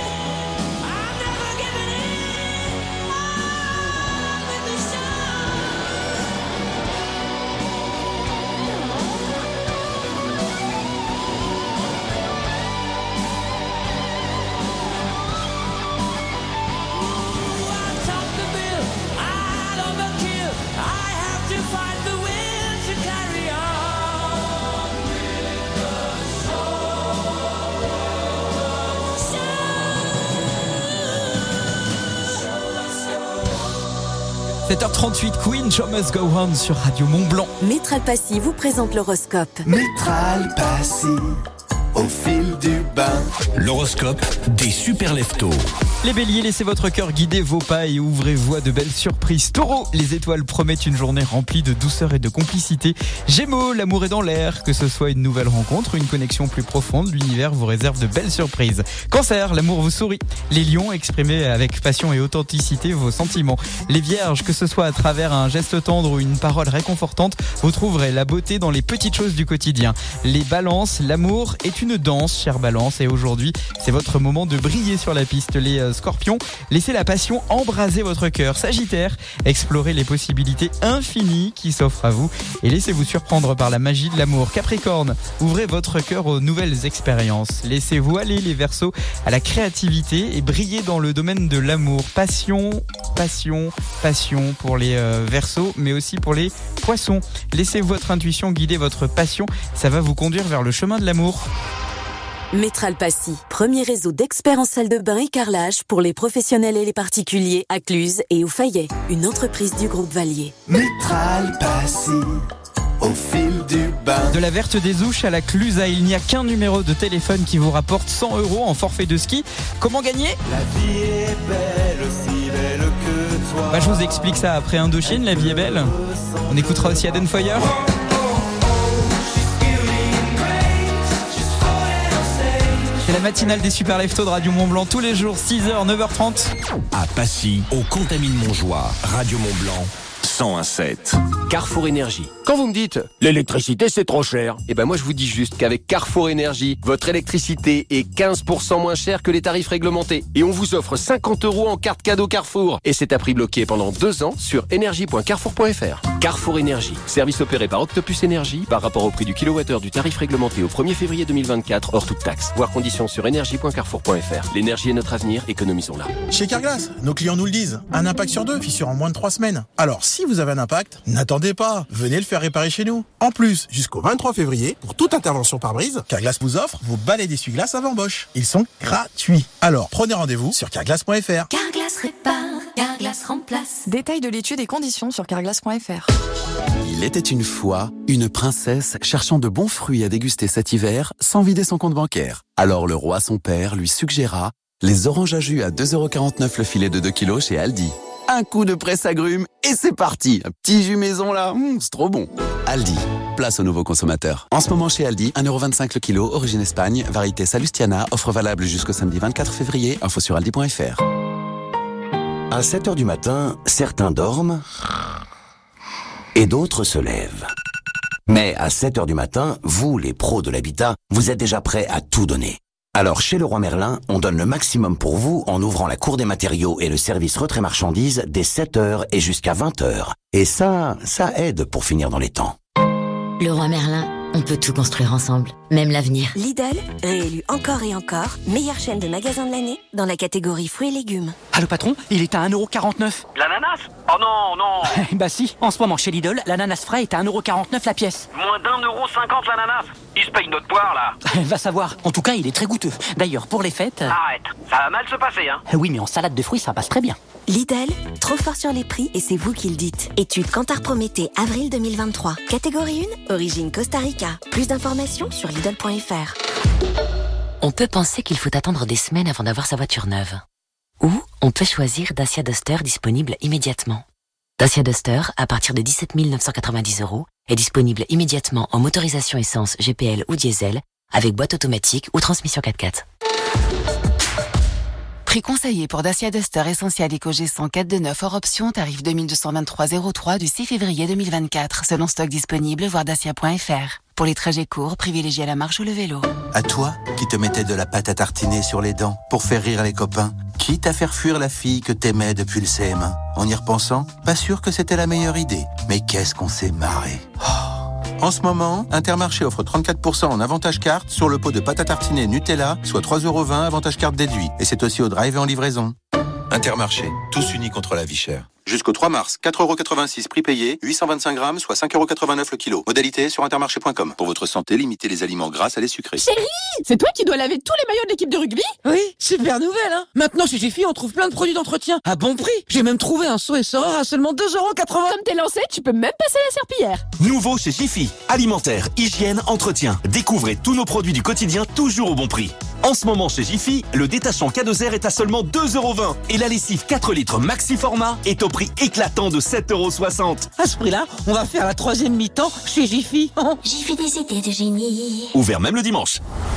S1: – 7h38, Queen, Show Must Go On sur Radio Mont-Blanc.
S11: Métral Passy vous présente l'horoscope.
S5: Métral Passy, au fil du bain.
S7: L'horoscope des super leftos.
S1: Les béliers, laissez votre cœur guider vos pas et ouvrez-vous à de belles surprises. Taureau, les étoiles promettent une journée remplie de douceur et de complicité. Gémeaux, l'amour est dans l'air. Que ce soit une nouvelle rencontre ou une connexion plus profonde, l'univers vous réserve de belles surprises. Cancer, l'amour vous sourit. Les lions, exprimez avec passion et authenticité vos sentiments. Les vierges, que ce soit à travers un geste tendre ou une parole réconfortante, vous trouverez la beauté dans les petites choses du quotidien. Les balances, l'amour est une danse, chère balance, et aujourd'hui, c'est votre moment de briller sur la piste. Les scorpions, laissez la passion embraser votre cœur. Sagittaire, explorez les possibilités infinies qui s'offrent à vous et laissez-vous surprendre par la magie de l'amour. Capricorne, ouvrez votre cœur aux nouvelles expériences. Laissez-vous aller les Verseaux à la créativité et brillez dans le domaine de l'amour. Passion pour les Verseaux, mais aussi pour les Poissons. Laissez votre intuition guider votre passion, ça va vous conduire vers le chemin de l'amour.
S11: Métral Passy, premier réseau d'experts en salle de bain et carrelage pour les professionnels et les particuliers à Cluse et au Fayet, une entreprise du groupe Valier.
S5: Métral Passy, au fil du bain.
S1: De la Verte des Ouches à la Clusa, il n'y a qu'un numéro de téléphone qui vous rapporte 100 € en forfait de ski. Comment gagner ?
S8: La vie est belle, aussi belle que toi.
S1: Je vous explique ça après Indochine, la vie est belle. On écoutera aussi Aden Foyer. C'est la matinale des super leftos de Radio Mont-Blanc tous les jours, 6h, 9h30.
S7: À Passy, au Contamine-Montjoie, Radio Mont-Blanc, 101.7.
S19: Carrefour Énergie. Quand vous me dites l'électricité c'est trop cher, moi je vous dis juste qu'avec Carrefour Énergie, votre électricité est 15% moins chère que les tarifs réglementés. Et on vous offre 50 € en carte cadeau Carrefour. Et c'est à prix bloqué pendant 2 ans sur énergie.carrefour.fr. Carrefour Énergie. Service opéré par Octopus Énergie par rapport au prix du kilowattheure du tarif réglementé au 1er février 2024 hors toute taxe. Voir conditions sur énergie.carrefour.fr. L'énergie est notre avenir, économisons-la.
S6: Chez Carglass, nos clients nous le disent. Un impact sur 2, fissure en moins de 3 semaines. Alors si vous avez un impact, n'attendez pas. Venez le faire réparer chez nous. En plus, jusqu'au 23 février, pour toute intervention par brise, Carglass vous offre vos balais d'essuie-glace avant Bosch. Ils sont gratuits. Alors prenez rendez-vous sur carglass.fr.
S2: Carglass répare, Carglass remplace.
S9: Détails de l'étude et conditions sur carglass.fr.
S10: Il était une fois une princesse cherchant de bons fruits à déguster cet hiver sans vider son compte bancaire. Alors le roi, son père, lui suggéra les oranges à jus à 2,49 € le filet de 2 kg chez Aldi. Un coup de presse-agrumes et c'est parti. Un petit jus maison là, c'est trop bon. Aldi, place aux nouveaux consommateurs. En ce moment chez Aldi, 1,25 € le kilo, origine Espagne, variété Salustiana, offre valable jusqu'au samedi 24 février, info sur aldi.fr.
S24: À 7h du matin, certains dorment et d'autres se lèvent. Mais à 7h du matin, vous, les pros de l'habitat, vous êtes déjà prêts à tout donner. Alors chez Leroy Merlin, on donne le maximum pour vous en ouvrant la cour des matériaux et le service retrait marchandises dès 7h et jusqu'à 20h. Et ça aide pour finir dans les temps.
S25: Leroy Merlin,
S4: On peut tout construire ensemble, même l'avenir.
S20: Lidl, réélu encore et encore, meilleure chaîne de magasins de l'année dans la catégorie fruits et légumes.
S21: Ah, le patron, il est à 1,49€.
S22: L'ananas? Oh non, non.
S21: Bah si, en ce moment chez Lidl, l'ananas frais est à 1,49€ la pièce.
S22: Moins d'1,50€ l'ananas. Il se paye notre poire, là.
S21: Va savoir. En tout cas, il est très goûteux. D'ailleurs, pour les fêtes...
S22: Arrête, ça va mal se passer, hein.
S21: Oui, mais en salade de fruits, ça passe très bien.
S20: Lidl, trop fort sur les prix et c'est vous qui le dites. Étude Kantar Prométhée, avril 2023. Catégorie 1, origine Costa Rica. Plus d'informations sur Lidl.fr.
S4: On peut penser qu'il faut attendre des semaines avant d'avoir sa voiture neuve. Ou on peut choisir Dacia Duster disponible immédiatement. Dacia Duster, à partir de 17 990€, est disponible immédiatement en motorisation essence, GPL ou diesel, avec boîte automatique ou transmission 4x4.
S12: Prix conseillé pour Dacia Duster Essential EcoG100 429 hors option, tarif 2223,03 du 6 février 2024, selon stock disponible, voir dacia.fr. Pour les trajets courts, privilégiez la marche ou le vélo.
S13: À toi, qui te mettais de la pâte à tartiner sur les dents pour faire rire les copains, quitte à faire fuir la fille que t'aimais depuis le CM1. En y repensant, pas sûr que c'était la meilleure idée. Mais qu'est-ce qu'on s'est marré. En ce moment, Intermarché offre 34% en avantage carte sur le pot de pâte à tartiner Nutella, soit 3,20€ avantage carte déduit. Et c'est aussi au drive et en livraison. Intermarché, tous unis contre la vie chère. Jusqu'au 3 mars, 4,86€ prix payé, 825 grammes, soit 5,89€ le kilo. Modalité sur intermarché.com. Pour votre santé, limitez les aliments gras à les sucrés.
S23: Chérie, c'est toi qui dois laver tous les maillots de l'équipe de rugby?
S14: Oui, super nouvelle, hein. Maintenant, chez Jiffy, on trouve plein de produits d'entretien à bon prix. J'ai même trouvé un seau essoreur à seulement 2,80€.
S23: Comme t'es lancé, tu peux même passer la serpillière.
S15: Nouveau chez Jiffy. Alimentaire, hygiène, entretien. Découvrez tous nos produits du quotidien toujours au bon prix. En ce moment chez Jiffy, le détachant K2R est à seulement 2,20€ et la lessive 4 litres maxi format est au prix éclatant de 7,60€.
S14: À ce prix-là, on va faire la 3e mi-temps chez Jiffy.
S20: Jiffy des idées de génie.
S15: Ouvert même le dimanche.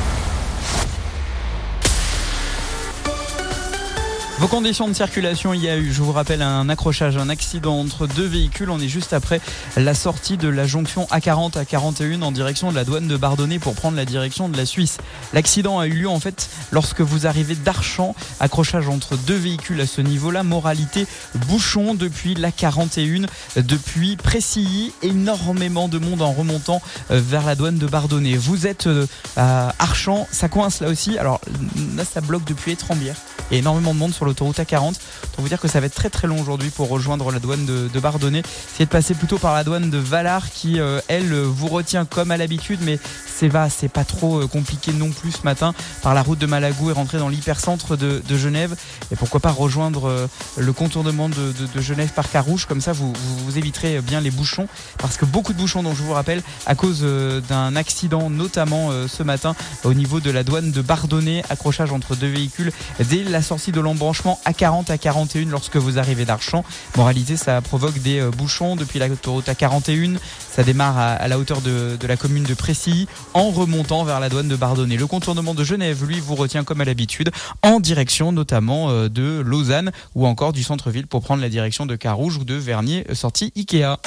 S1: Vos conditions de circulation, il y a eu, je vous rappelle, un accrochage, un accident entre deux véhicules. On est juste après la sortie de la jonction A40 à 41 en direction de la douane de Bardonnay pour prendre la direction de la Suisse. L'accident a eu lieu en fait lorsque vous arrivez d'Archamps, accrochage entre deux véhicules à ce niveau-là. Moralité, bouchon depuis l'A41, depuis Précilly, énormément de monde en remontant vers la douane de Bardonnay. Vous êtes à Archamps, ça coince là aussi. Alors là, ça bloque depuis Étrembières. Il y a énormément de monde sur l'autoroute A40. Pour vous dire que ça va être très très long aujourd'hui pour rejoindre la douane de Bardonnay. Essayez de passer plutôt par la douane de Valar qui, elle, vous retient comme à l'habitude, mais c'est pas trop compliqué non plus ce matin par la route de Malagou et rentrer dans l'hypercentre de Genève. Et pourquoi pas rejoindre le contournement de Genève par Carouge. Comme ça, vous éviterez bien les bouchons. Parce que beaucoup de bouchons, dont je vous rappelle, à cause d'un accident, notamment ce matin, au niveau de la douane de Bardonnay. Accrochage entre deux véhicules dès la sortie de l'embranchement A40 à 41 lorsque vous arrivez d'Archamps. Moralité, ça provoque des bouchons depuis l'autoroute A41. Ça démarre à la hauteur de la commune de Précilly en remontant vers la douane de Bardonnay. Le contournement de Genève, lui, vous retient comme à l'habitude en direction notamment de Lausanne ou encore du centre-ville pour prendre la direction de Carouge ou de Vernier, sortie Ikea.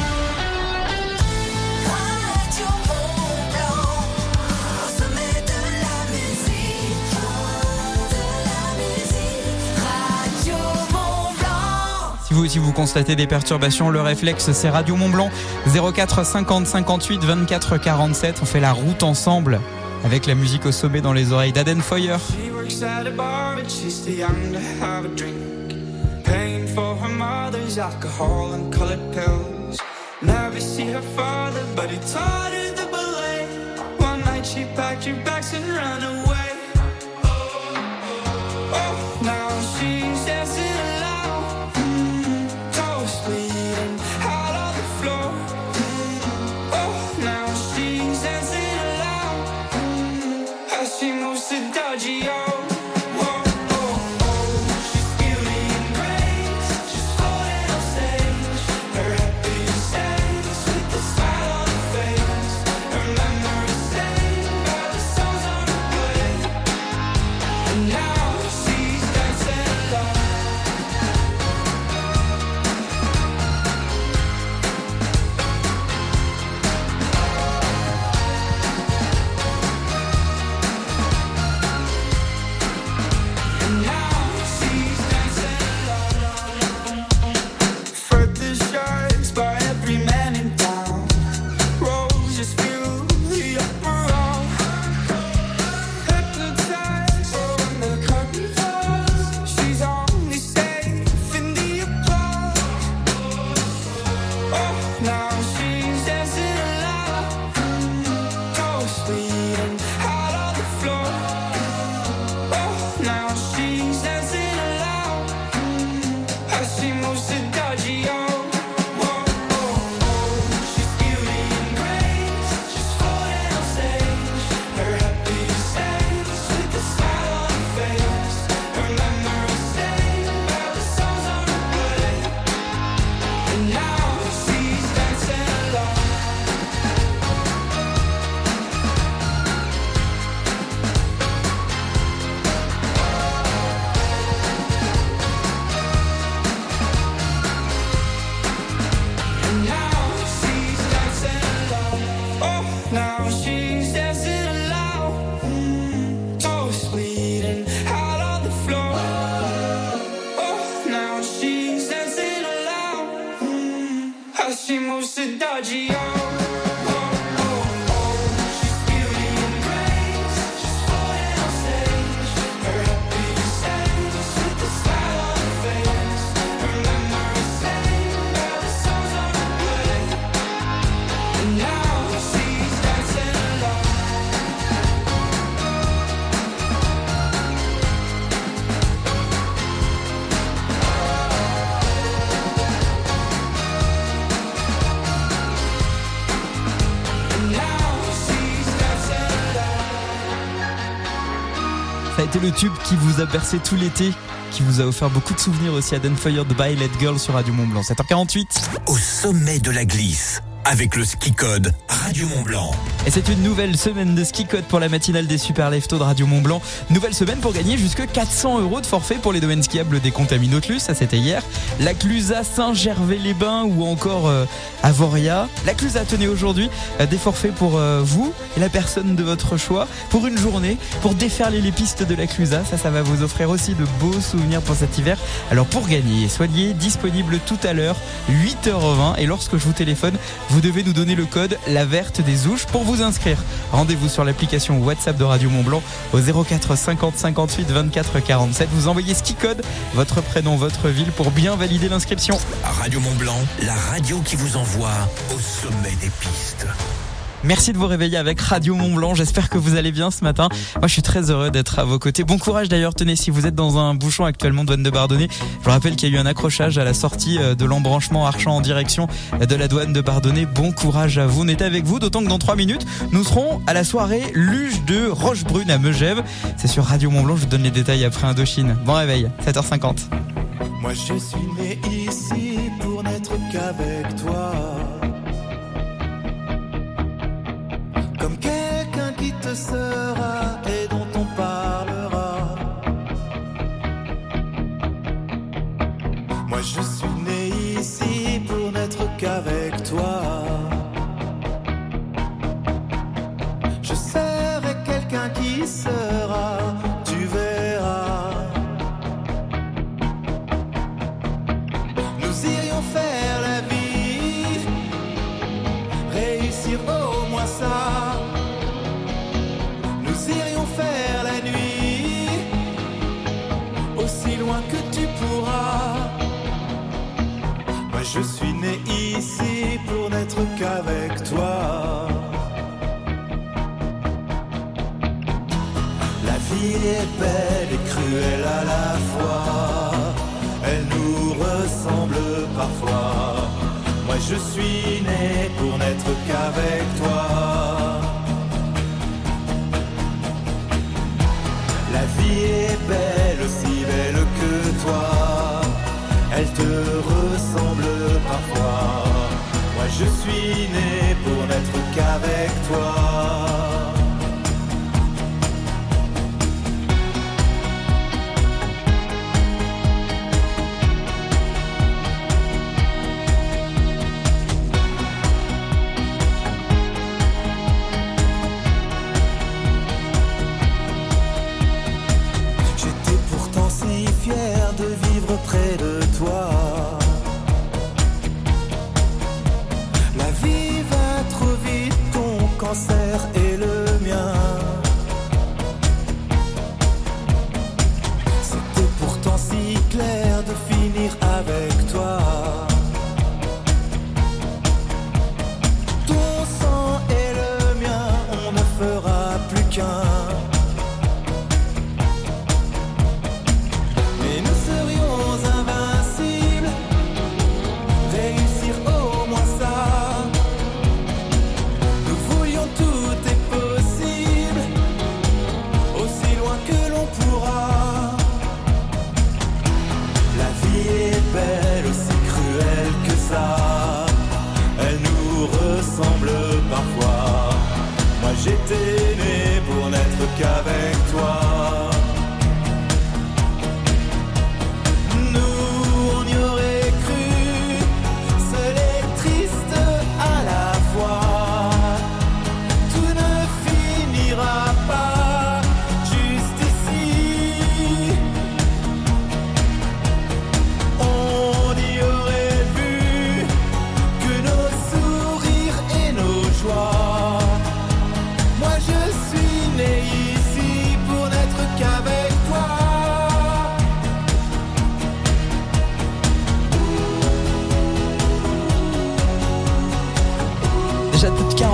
S1: Si vous constatez des perturbations, le réflexe c'est Radio Mont Blanc 04 50 58 24 47. On fait la route ensemble avec la musique au sommet dans les oreilles d'Aden Foyer.
S2: Remember the same by the songs on the play. Now she's dancing alone, toes bleeding out on the floor. Oh, now she's dancing alone, how she moves to dodgy.
S1: Ça a été le tube qui vous a bercé tout l'été, qui vous a offert beaucoup de souvenirs aussi à Unfired by Let Girl sur Radio Mont Blanc. 7h48.
S7: Au sommet de la glisse, avec le ski code Radio Mont Blanc.
S1: Et c'est une nouvelle semaine de ski code pour la matinale des super leftos de Radio Mont Blanc. Nouvelle semaine pour gagner jusque 400 € de forfait pour les domaines skiables des Contaminotlus, ça c'était hier. La Clusa, Saint-Gervais-les-Bains ou encore Avoria. La Clusa, tenez aujourd'hui des forfaits pour vous et la personne de votre choix pour une journée pour déferler les pistes de la Clusa. Ça va vous offrir aussi de beaux souvenirs pour cet hiver. Alors pour gagner, soyez disponible tout à l'heure, 8h20. Et lorsque je vous téléphone, vous devez nous donner le code La Verte des Ouches pour vous inscrire. Rendez-vous sur l'application WhatsApp de Radio Mont Blanc au 04 50 58 24 47. Vous envoyez ski code, votre prénom, votre ville pour bien valider l'inscription.
S7: Radio Mont Blanc, la radio qui vous envoie au sommet des pistes.
S1: Merci de vous réveiller avec Radio Mont Blanc. J'espère que vous allez bien ce matin. Moi, je suis très heureux d'être à vos côtés. Bon courage d'ailleurs. Tenez, si vous êtes dans un bouchon actuellement douane de Bardonnay, je vous rappelle qu'il y a eu un accrochage à la sortie de l'embranchement Archamps en direction de la douane de Bardonnay. Bon courage à vous. On est avec vous, d'autant que dans 3 minutes, nous serons à la soirée Luge de Rochebrune à Megève. C'est sur Radio Mont Blanc. Je vous donne les détails après Indochine. Bon réveil, 7h50.
S2: Moi je suis né ici pour n'être qu'avec toi. Comme quelqu'un qui te sera et dont on parlera. Moi je suis né ici pour n'être qu'avec toi. Je serai quelqu'un qui sera, tu verras. Nous irions faire la vie, réussir au moins ça. Nous irions faire la nuit, aussi loin que tu pourras. Moi je suis né ici pour n'être qu'avec toi. La vie est belle et cruelle à la fois. Elle nous ressemble parfois. Moi je suis né pour n'être qu'avec toi. La vie est belle, aussi belle que toi. Elle te ressemble parfois. Moi je suis né pour n'être qu'avec toi. Fier de vivre près de toi. La vie va trop vite, ton cancer et le mien. C'était pourtant si clair de finir avec toi. Ton sang et le mien, on ne fera plus qu'un. J'étais né pour n'être qu'avec toi. Nous, on y aurait cru, seul et triste à la fois.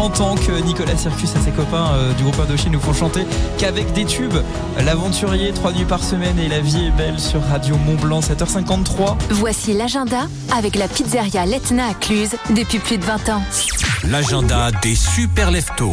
S1: 40 ans que Nicolas Circus et ses copains du groupe Indochine nous font chanter qu'avec des tubes. L'Aventurier, 3 nuits par semaine et La vie est belle sur Radio Mont-Blanc, 7h53.
S3: Voici l'agenda avec la pizzeria L'Etna à Cluse depuis plus de 20 ans.
S7: L'agenda des super leftos.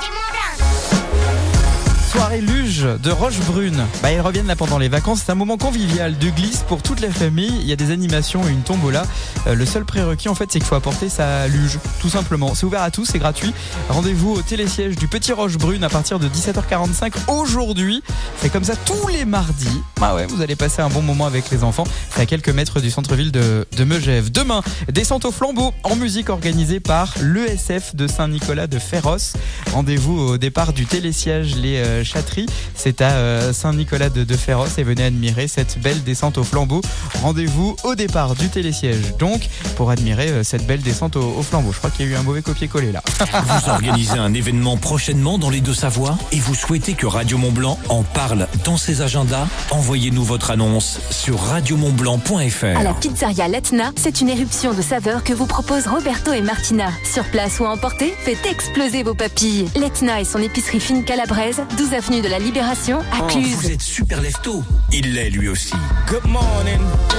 S1: Soirée luge de Rochebrune. Ils reviennent là pendant les vacances. C'est un moment convivial de glisse pour toute la famille. Il y a des animations et une tombola. Le seul prérequis en fait, c'est qu'il faut apporter sa luge, tout simplement. C'est ouvert à tous, c'est gratuit. Rendez-vous au télésiège du Petit Rochebrune à partir de 17h45 aujourd'hui. C'est comme ça tous les mardis. Vous allez passer un bon moment avec les enfants. C'est à quelques mètres du centre-ville de Megève. Demain, descente au flambeau en musique organisée par l'ESF de Saint-Nicolas de Féroce. Rendez-vous au départ du télésiège Les Châteries, c'est à Saint-Nicolas de Féroce et venez admirer cette belle descente au flambeau. Rendez-vous au départ du télésiège donc pour admirer cette belle descente au flambeau. Je crois qu'il y a eu un mauvais copier-coller là.
S7: Vous organisez un événement prochainement dans les Deux-Savoies et vous souhaitez que Radio Mont-Blanc en parle dans ses agendas? Envoyez-nous votre annonce sur radiomontblanc.fr.
S3: À la pizzeria L'Etna, c'est une éruption de saveurs que vous proposent Roberto et Martina. Sur place ou à emporter, faites exploser vos papilles. L'Etna et son épicerie fine calabraise, 12 avenue de la Libération à Cluse.
S7: Vous êtes super lefto. Il l'est lui aussi.
S2: Good morning.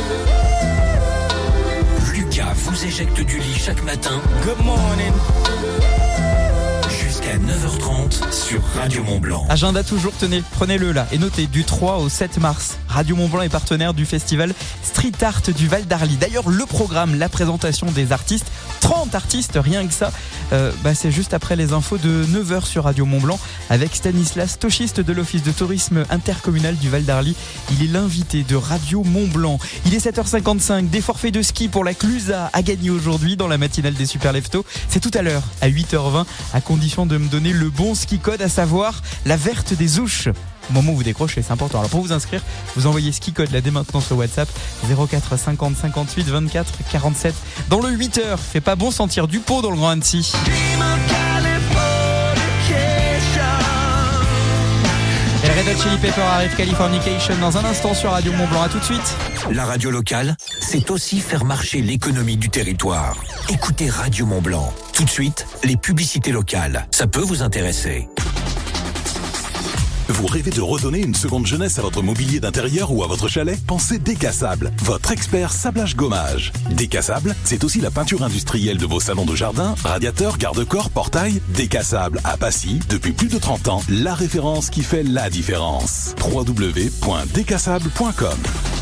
S7: Lucas vous éjecte du lit chaque matin.
S2: Good morning.
S7: Jusqu'à 9h30 sur Radio Mont-Blanc.
S1: Agenda toujours, tenez, prenez-le là et notez du 3 au 7 mars. Radio Mont-Blanc est partenaire du festival Street Art du Val d'Arly. D'ailleurs, le programme, la présentation des artistes, 30 artistes, rien que ça, c'est juste après les infos de 9h sur Radio Mont-Blanc avec Stanislas, tochiste de l'Office de tourisme intercommunal du Val d'Arly. Il est l'invité de Radio Mont-Blanc. Il est 7h55, des forfaits de ski pour la Clusa à gagner aujourd'hui dans la matinale des Super Leftos. C'est tout à l'heure, à 8h20, à condition de me donner le bon ski code, à savoir la verte des Ouches. Au moment où vous décrochez, c'est important. Alors pour vous inscrire, vous envoyez ski code là dès maintenant sur WhatsApp 04 50 58 24 47. Dans le 8h, fait pas bon sentir du pot dans le Grand Annecy. Et le Red Hot Chili Pepper arrive, Californication, dans un instant sur Radio Mont-Blanc. À tout de suite.
S7: La radio locale, c'est aussi faire marcher l'économie du territoire. Écoutez Radio Mont-Blanc. Tout de suite, les publicités locales. Ça peut vous intéresser.
S16: Vous rêvez de redonner une seconde jeunesse à votre mobilier d'intérieur ou à votre chalet? Pensez Décassable, votre expert sablage gommage. Décassable, c'est aussi la peinture industrielle de vos salons de jardin, radiateurs, garde-corps, portails. Décassable à Passy, depuis plus de 30 ans, la référence qui fait la différence. www.décassable.com.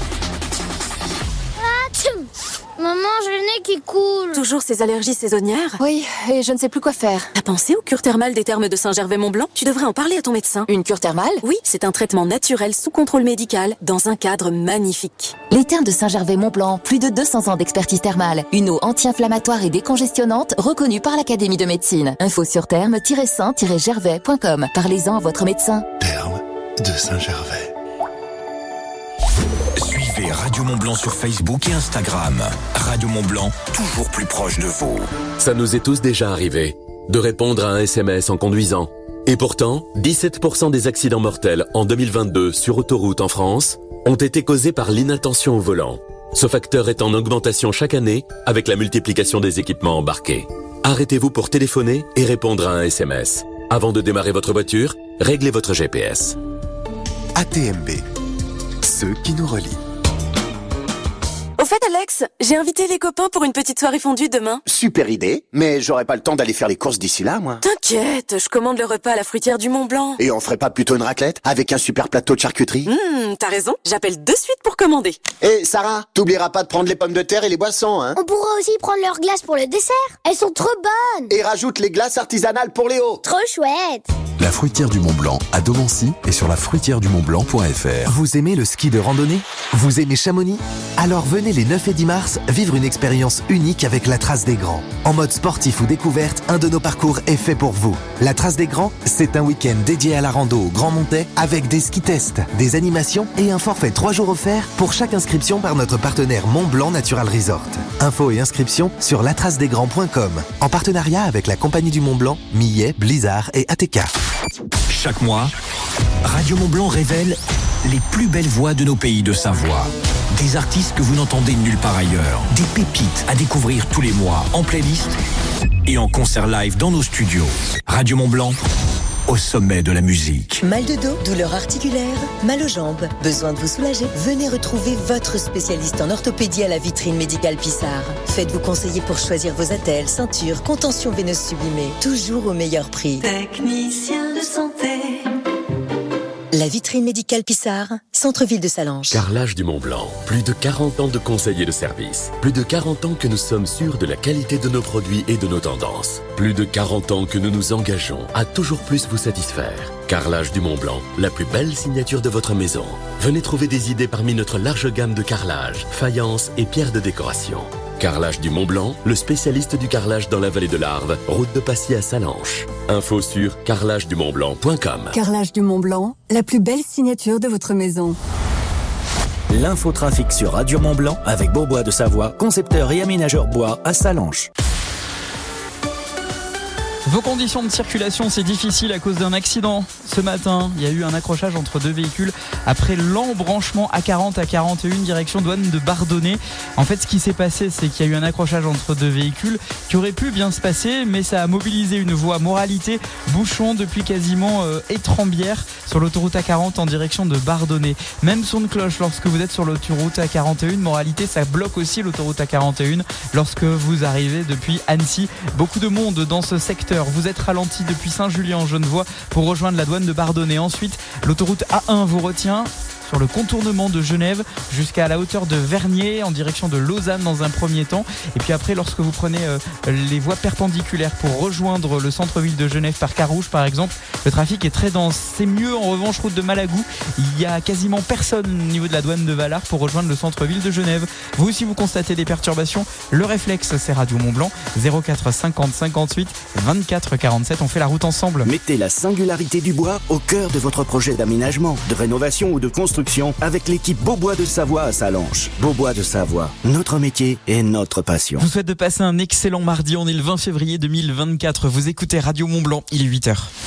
S17: Maman, j'ai le nez qui coule.
S11: Toujours ces allergies saisonnières?
S23: Oui, et je ne sais plus quoi faire.
S11: T'as pensé aux cures thermales des thermes de Saint-Gervais-Mont-Blanc? Tu devrais en parler à ton médecin.
S23: Une cure thermale?
S11: Oui, c'est un traitement naturel sous contrôle médical, dans un cadre magnifique.
S18: Les thermes de Saint-Gervais-Mont-Blanc, plus de 200 ans d'expertise thermale. Une eau anti-inflammatoire et décongestionnante reconnue par l'Académie de médecine. Info sur thermes-saint-gervais.com. Parlez-en à votre médecin.
S16: Thermes de Saint-Gervais.
S7: Suivez Radio Mont-Blanc sur Facebook et Instagram. Radio Mont-Blanc, toujours plus proche de vous.
S25: Ça nous est tous déjà arrivé de répondre à un SMS en conduisant. Et pourtant, 17% des accidents mortels en 2022 sur autoroute en France ont été causés par l'inattention au volant. Ce facteur est en augmentation chaque année avec la multiplication des équipements embarqués. Arrêtez-vous pour téléphoner et répondre à un SMS. Avant de démarrer votre voiture, réglez votre GPS.
S5: ATMB, ceux qui nous relient.
S11: Au fait, Alex, j'ai invité les copains pour une petite soirée fondue demain.
S24: Super idée, mais j'aurais pas le temps d'aller faire les courses d'ici là, moi.
S11: T'inquiète, je commande le repas à la fruitière du Mont-Blanc.
S24: Et on ferait pas plutôt une raclette avec un super plateau de charcuterie?
S11: T'as raison, j'appelle de suite pour commander.
S24: Et Sarah, t'oublieras pas de prendre les pommes de terre et les boissons, hein?
S17: On pourra aussi prendre leurs glaces pour le dessert. Elles sont trop bonnes.
S24: Et rajoute les glaces artisanales pour Léo.
S17: Trop chouette.
S26: La fruitière du Mont-Blanc à Domancy et sur lafruitièredumontblanc.fr.
S5: Vous aimez le ski de randonnée? Vous aimez Chamonix? Alors venez les 9 et 10 mars vivre une expérience unique avec la Trace des Grands. En mode sportif ou découverte, un de nos parcours est fait pour vous. La Trace des Grands, c'est un week-end dédié à la rando au Grand Montais avec des ski tests, des animations et un forfait 3 jours offerts pour chaque inscription par notre partenaire Mont-Blanc Natural Resort. Infos et inscriptions sur latracedesgrands.com en partenariat avec la Compagnie du Mont-Blanc, Millet, Blizzard et ATK.
S7: Chaque mois, Radio Mont-Blanc révèle les plus belles voix de nos pays de Savoie. Des artistes que vous n'entendez nulle part ailleurs. Des pépites à découvrir tous les mois en playlist et en concert live dans nos studios. Radio Mont-Blanc, au sommet de la musique.
S6: Mal de dos, douleurs articulaires, mal aux jambes, besoin de vous soulager? Venez retrouver votre spécialiste en orthopédie à la vitrine médicale Pissard. Faites-vous conseiller pour choisir vos attelles, ceintures, contention veineuse sublimée, toujours au meilleur prix.
S8: Technicien de santé.
S6: La vitrine médicale Pissard, centre-ville de Sallanches.
S25: Carrelage du Mont-Blanc. Plus de 40 ans de conseils et de services. Plus de 40 ans que nous sommes sûrs de la qualité de nos produits et de nos tendances. Plus de 40 ans que nous nous engageons à toujours plus vous satisfaire. Carrelage du Mont-Blanc, la plus belle signature de votre maison. Venez trouver des idées parmi notre large gamme de carrelage, faïence et pierres de décoration. Carrelage du Mont-Blanc, le spécialiste du carrelage dans la vallée de l'Arve, route de Passy à Sallanches. Info sur carrelagedumontblanc.com.
S9: Carrelage du Mont-Blanc, la plus belle signature de votre maison.
S10: L'infotrafic sur Radio Mont-Blanc avec Beaubois de Savoie, concepteur et aménageur bois à Sallanches.
S1: Vos conditions de circulation, c'est difficile à cause d'un accident. Ce matin, il y a eu un accrochage entre deux véhicules après l'embranchement A40 à 41 direction douane de Bardonnay. En fait, ce qui s'est passé, c'est qu'il y a eu un accrochage entre deux véhicules qui aurait pu bien se passer, mais ça a mobilisé une voie moralité bouchon depuis quasiment Étrembières sur l'autoroute A40 en direction de Bardonnay. Même son de cloche lorsque vous êtes sur l'autoroute A41. Moralité, ça bloque aussi l'autoroute A41 lorsque vous arrivez depuis Annecy. Beaucoup de monde dans ce secteur. Vous êtes ralenti depuis Saint-Julien-en-Genevois pour rejoindre la douane de Bardonnay. Ensuite, l'autoroute A1 vous retient sur le contournement de Genève jusqu'à la hauteur de Vernier en direction de Lausanne dans un premier temps. Et puis après, lorsque vous prenez les voies perpendiculaires pour rejoindre le centre-ville de Genève par Carouge par exemple, le trafic est très dense. C'est mieux en revanche route de Malagou. Il y a quasiment personne au niveau de la douane de Valar pour rejoindre le centre-ville de Genève. Vous aussi vous constatez des perturbations, le réflexe c'est Radio Mont-Blanc 04 50 58 24 47. On fait la route ensemble.
S10: Mettez la singularité du bois au cœur de votre projet d'aménagement, de rénovation ou de construction avec l'équipe Beaubois de Savoie à Sallanches. Beaubois de Savoie, notre métier et notre passion.
S1: Je vous souhaite de passer un excellent mardi. On est le 20 février 2024. Vous écoutez Radio Mont-Blanc, il est 8h.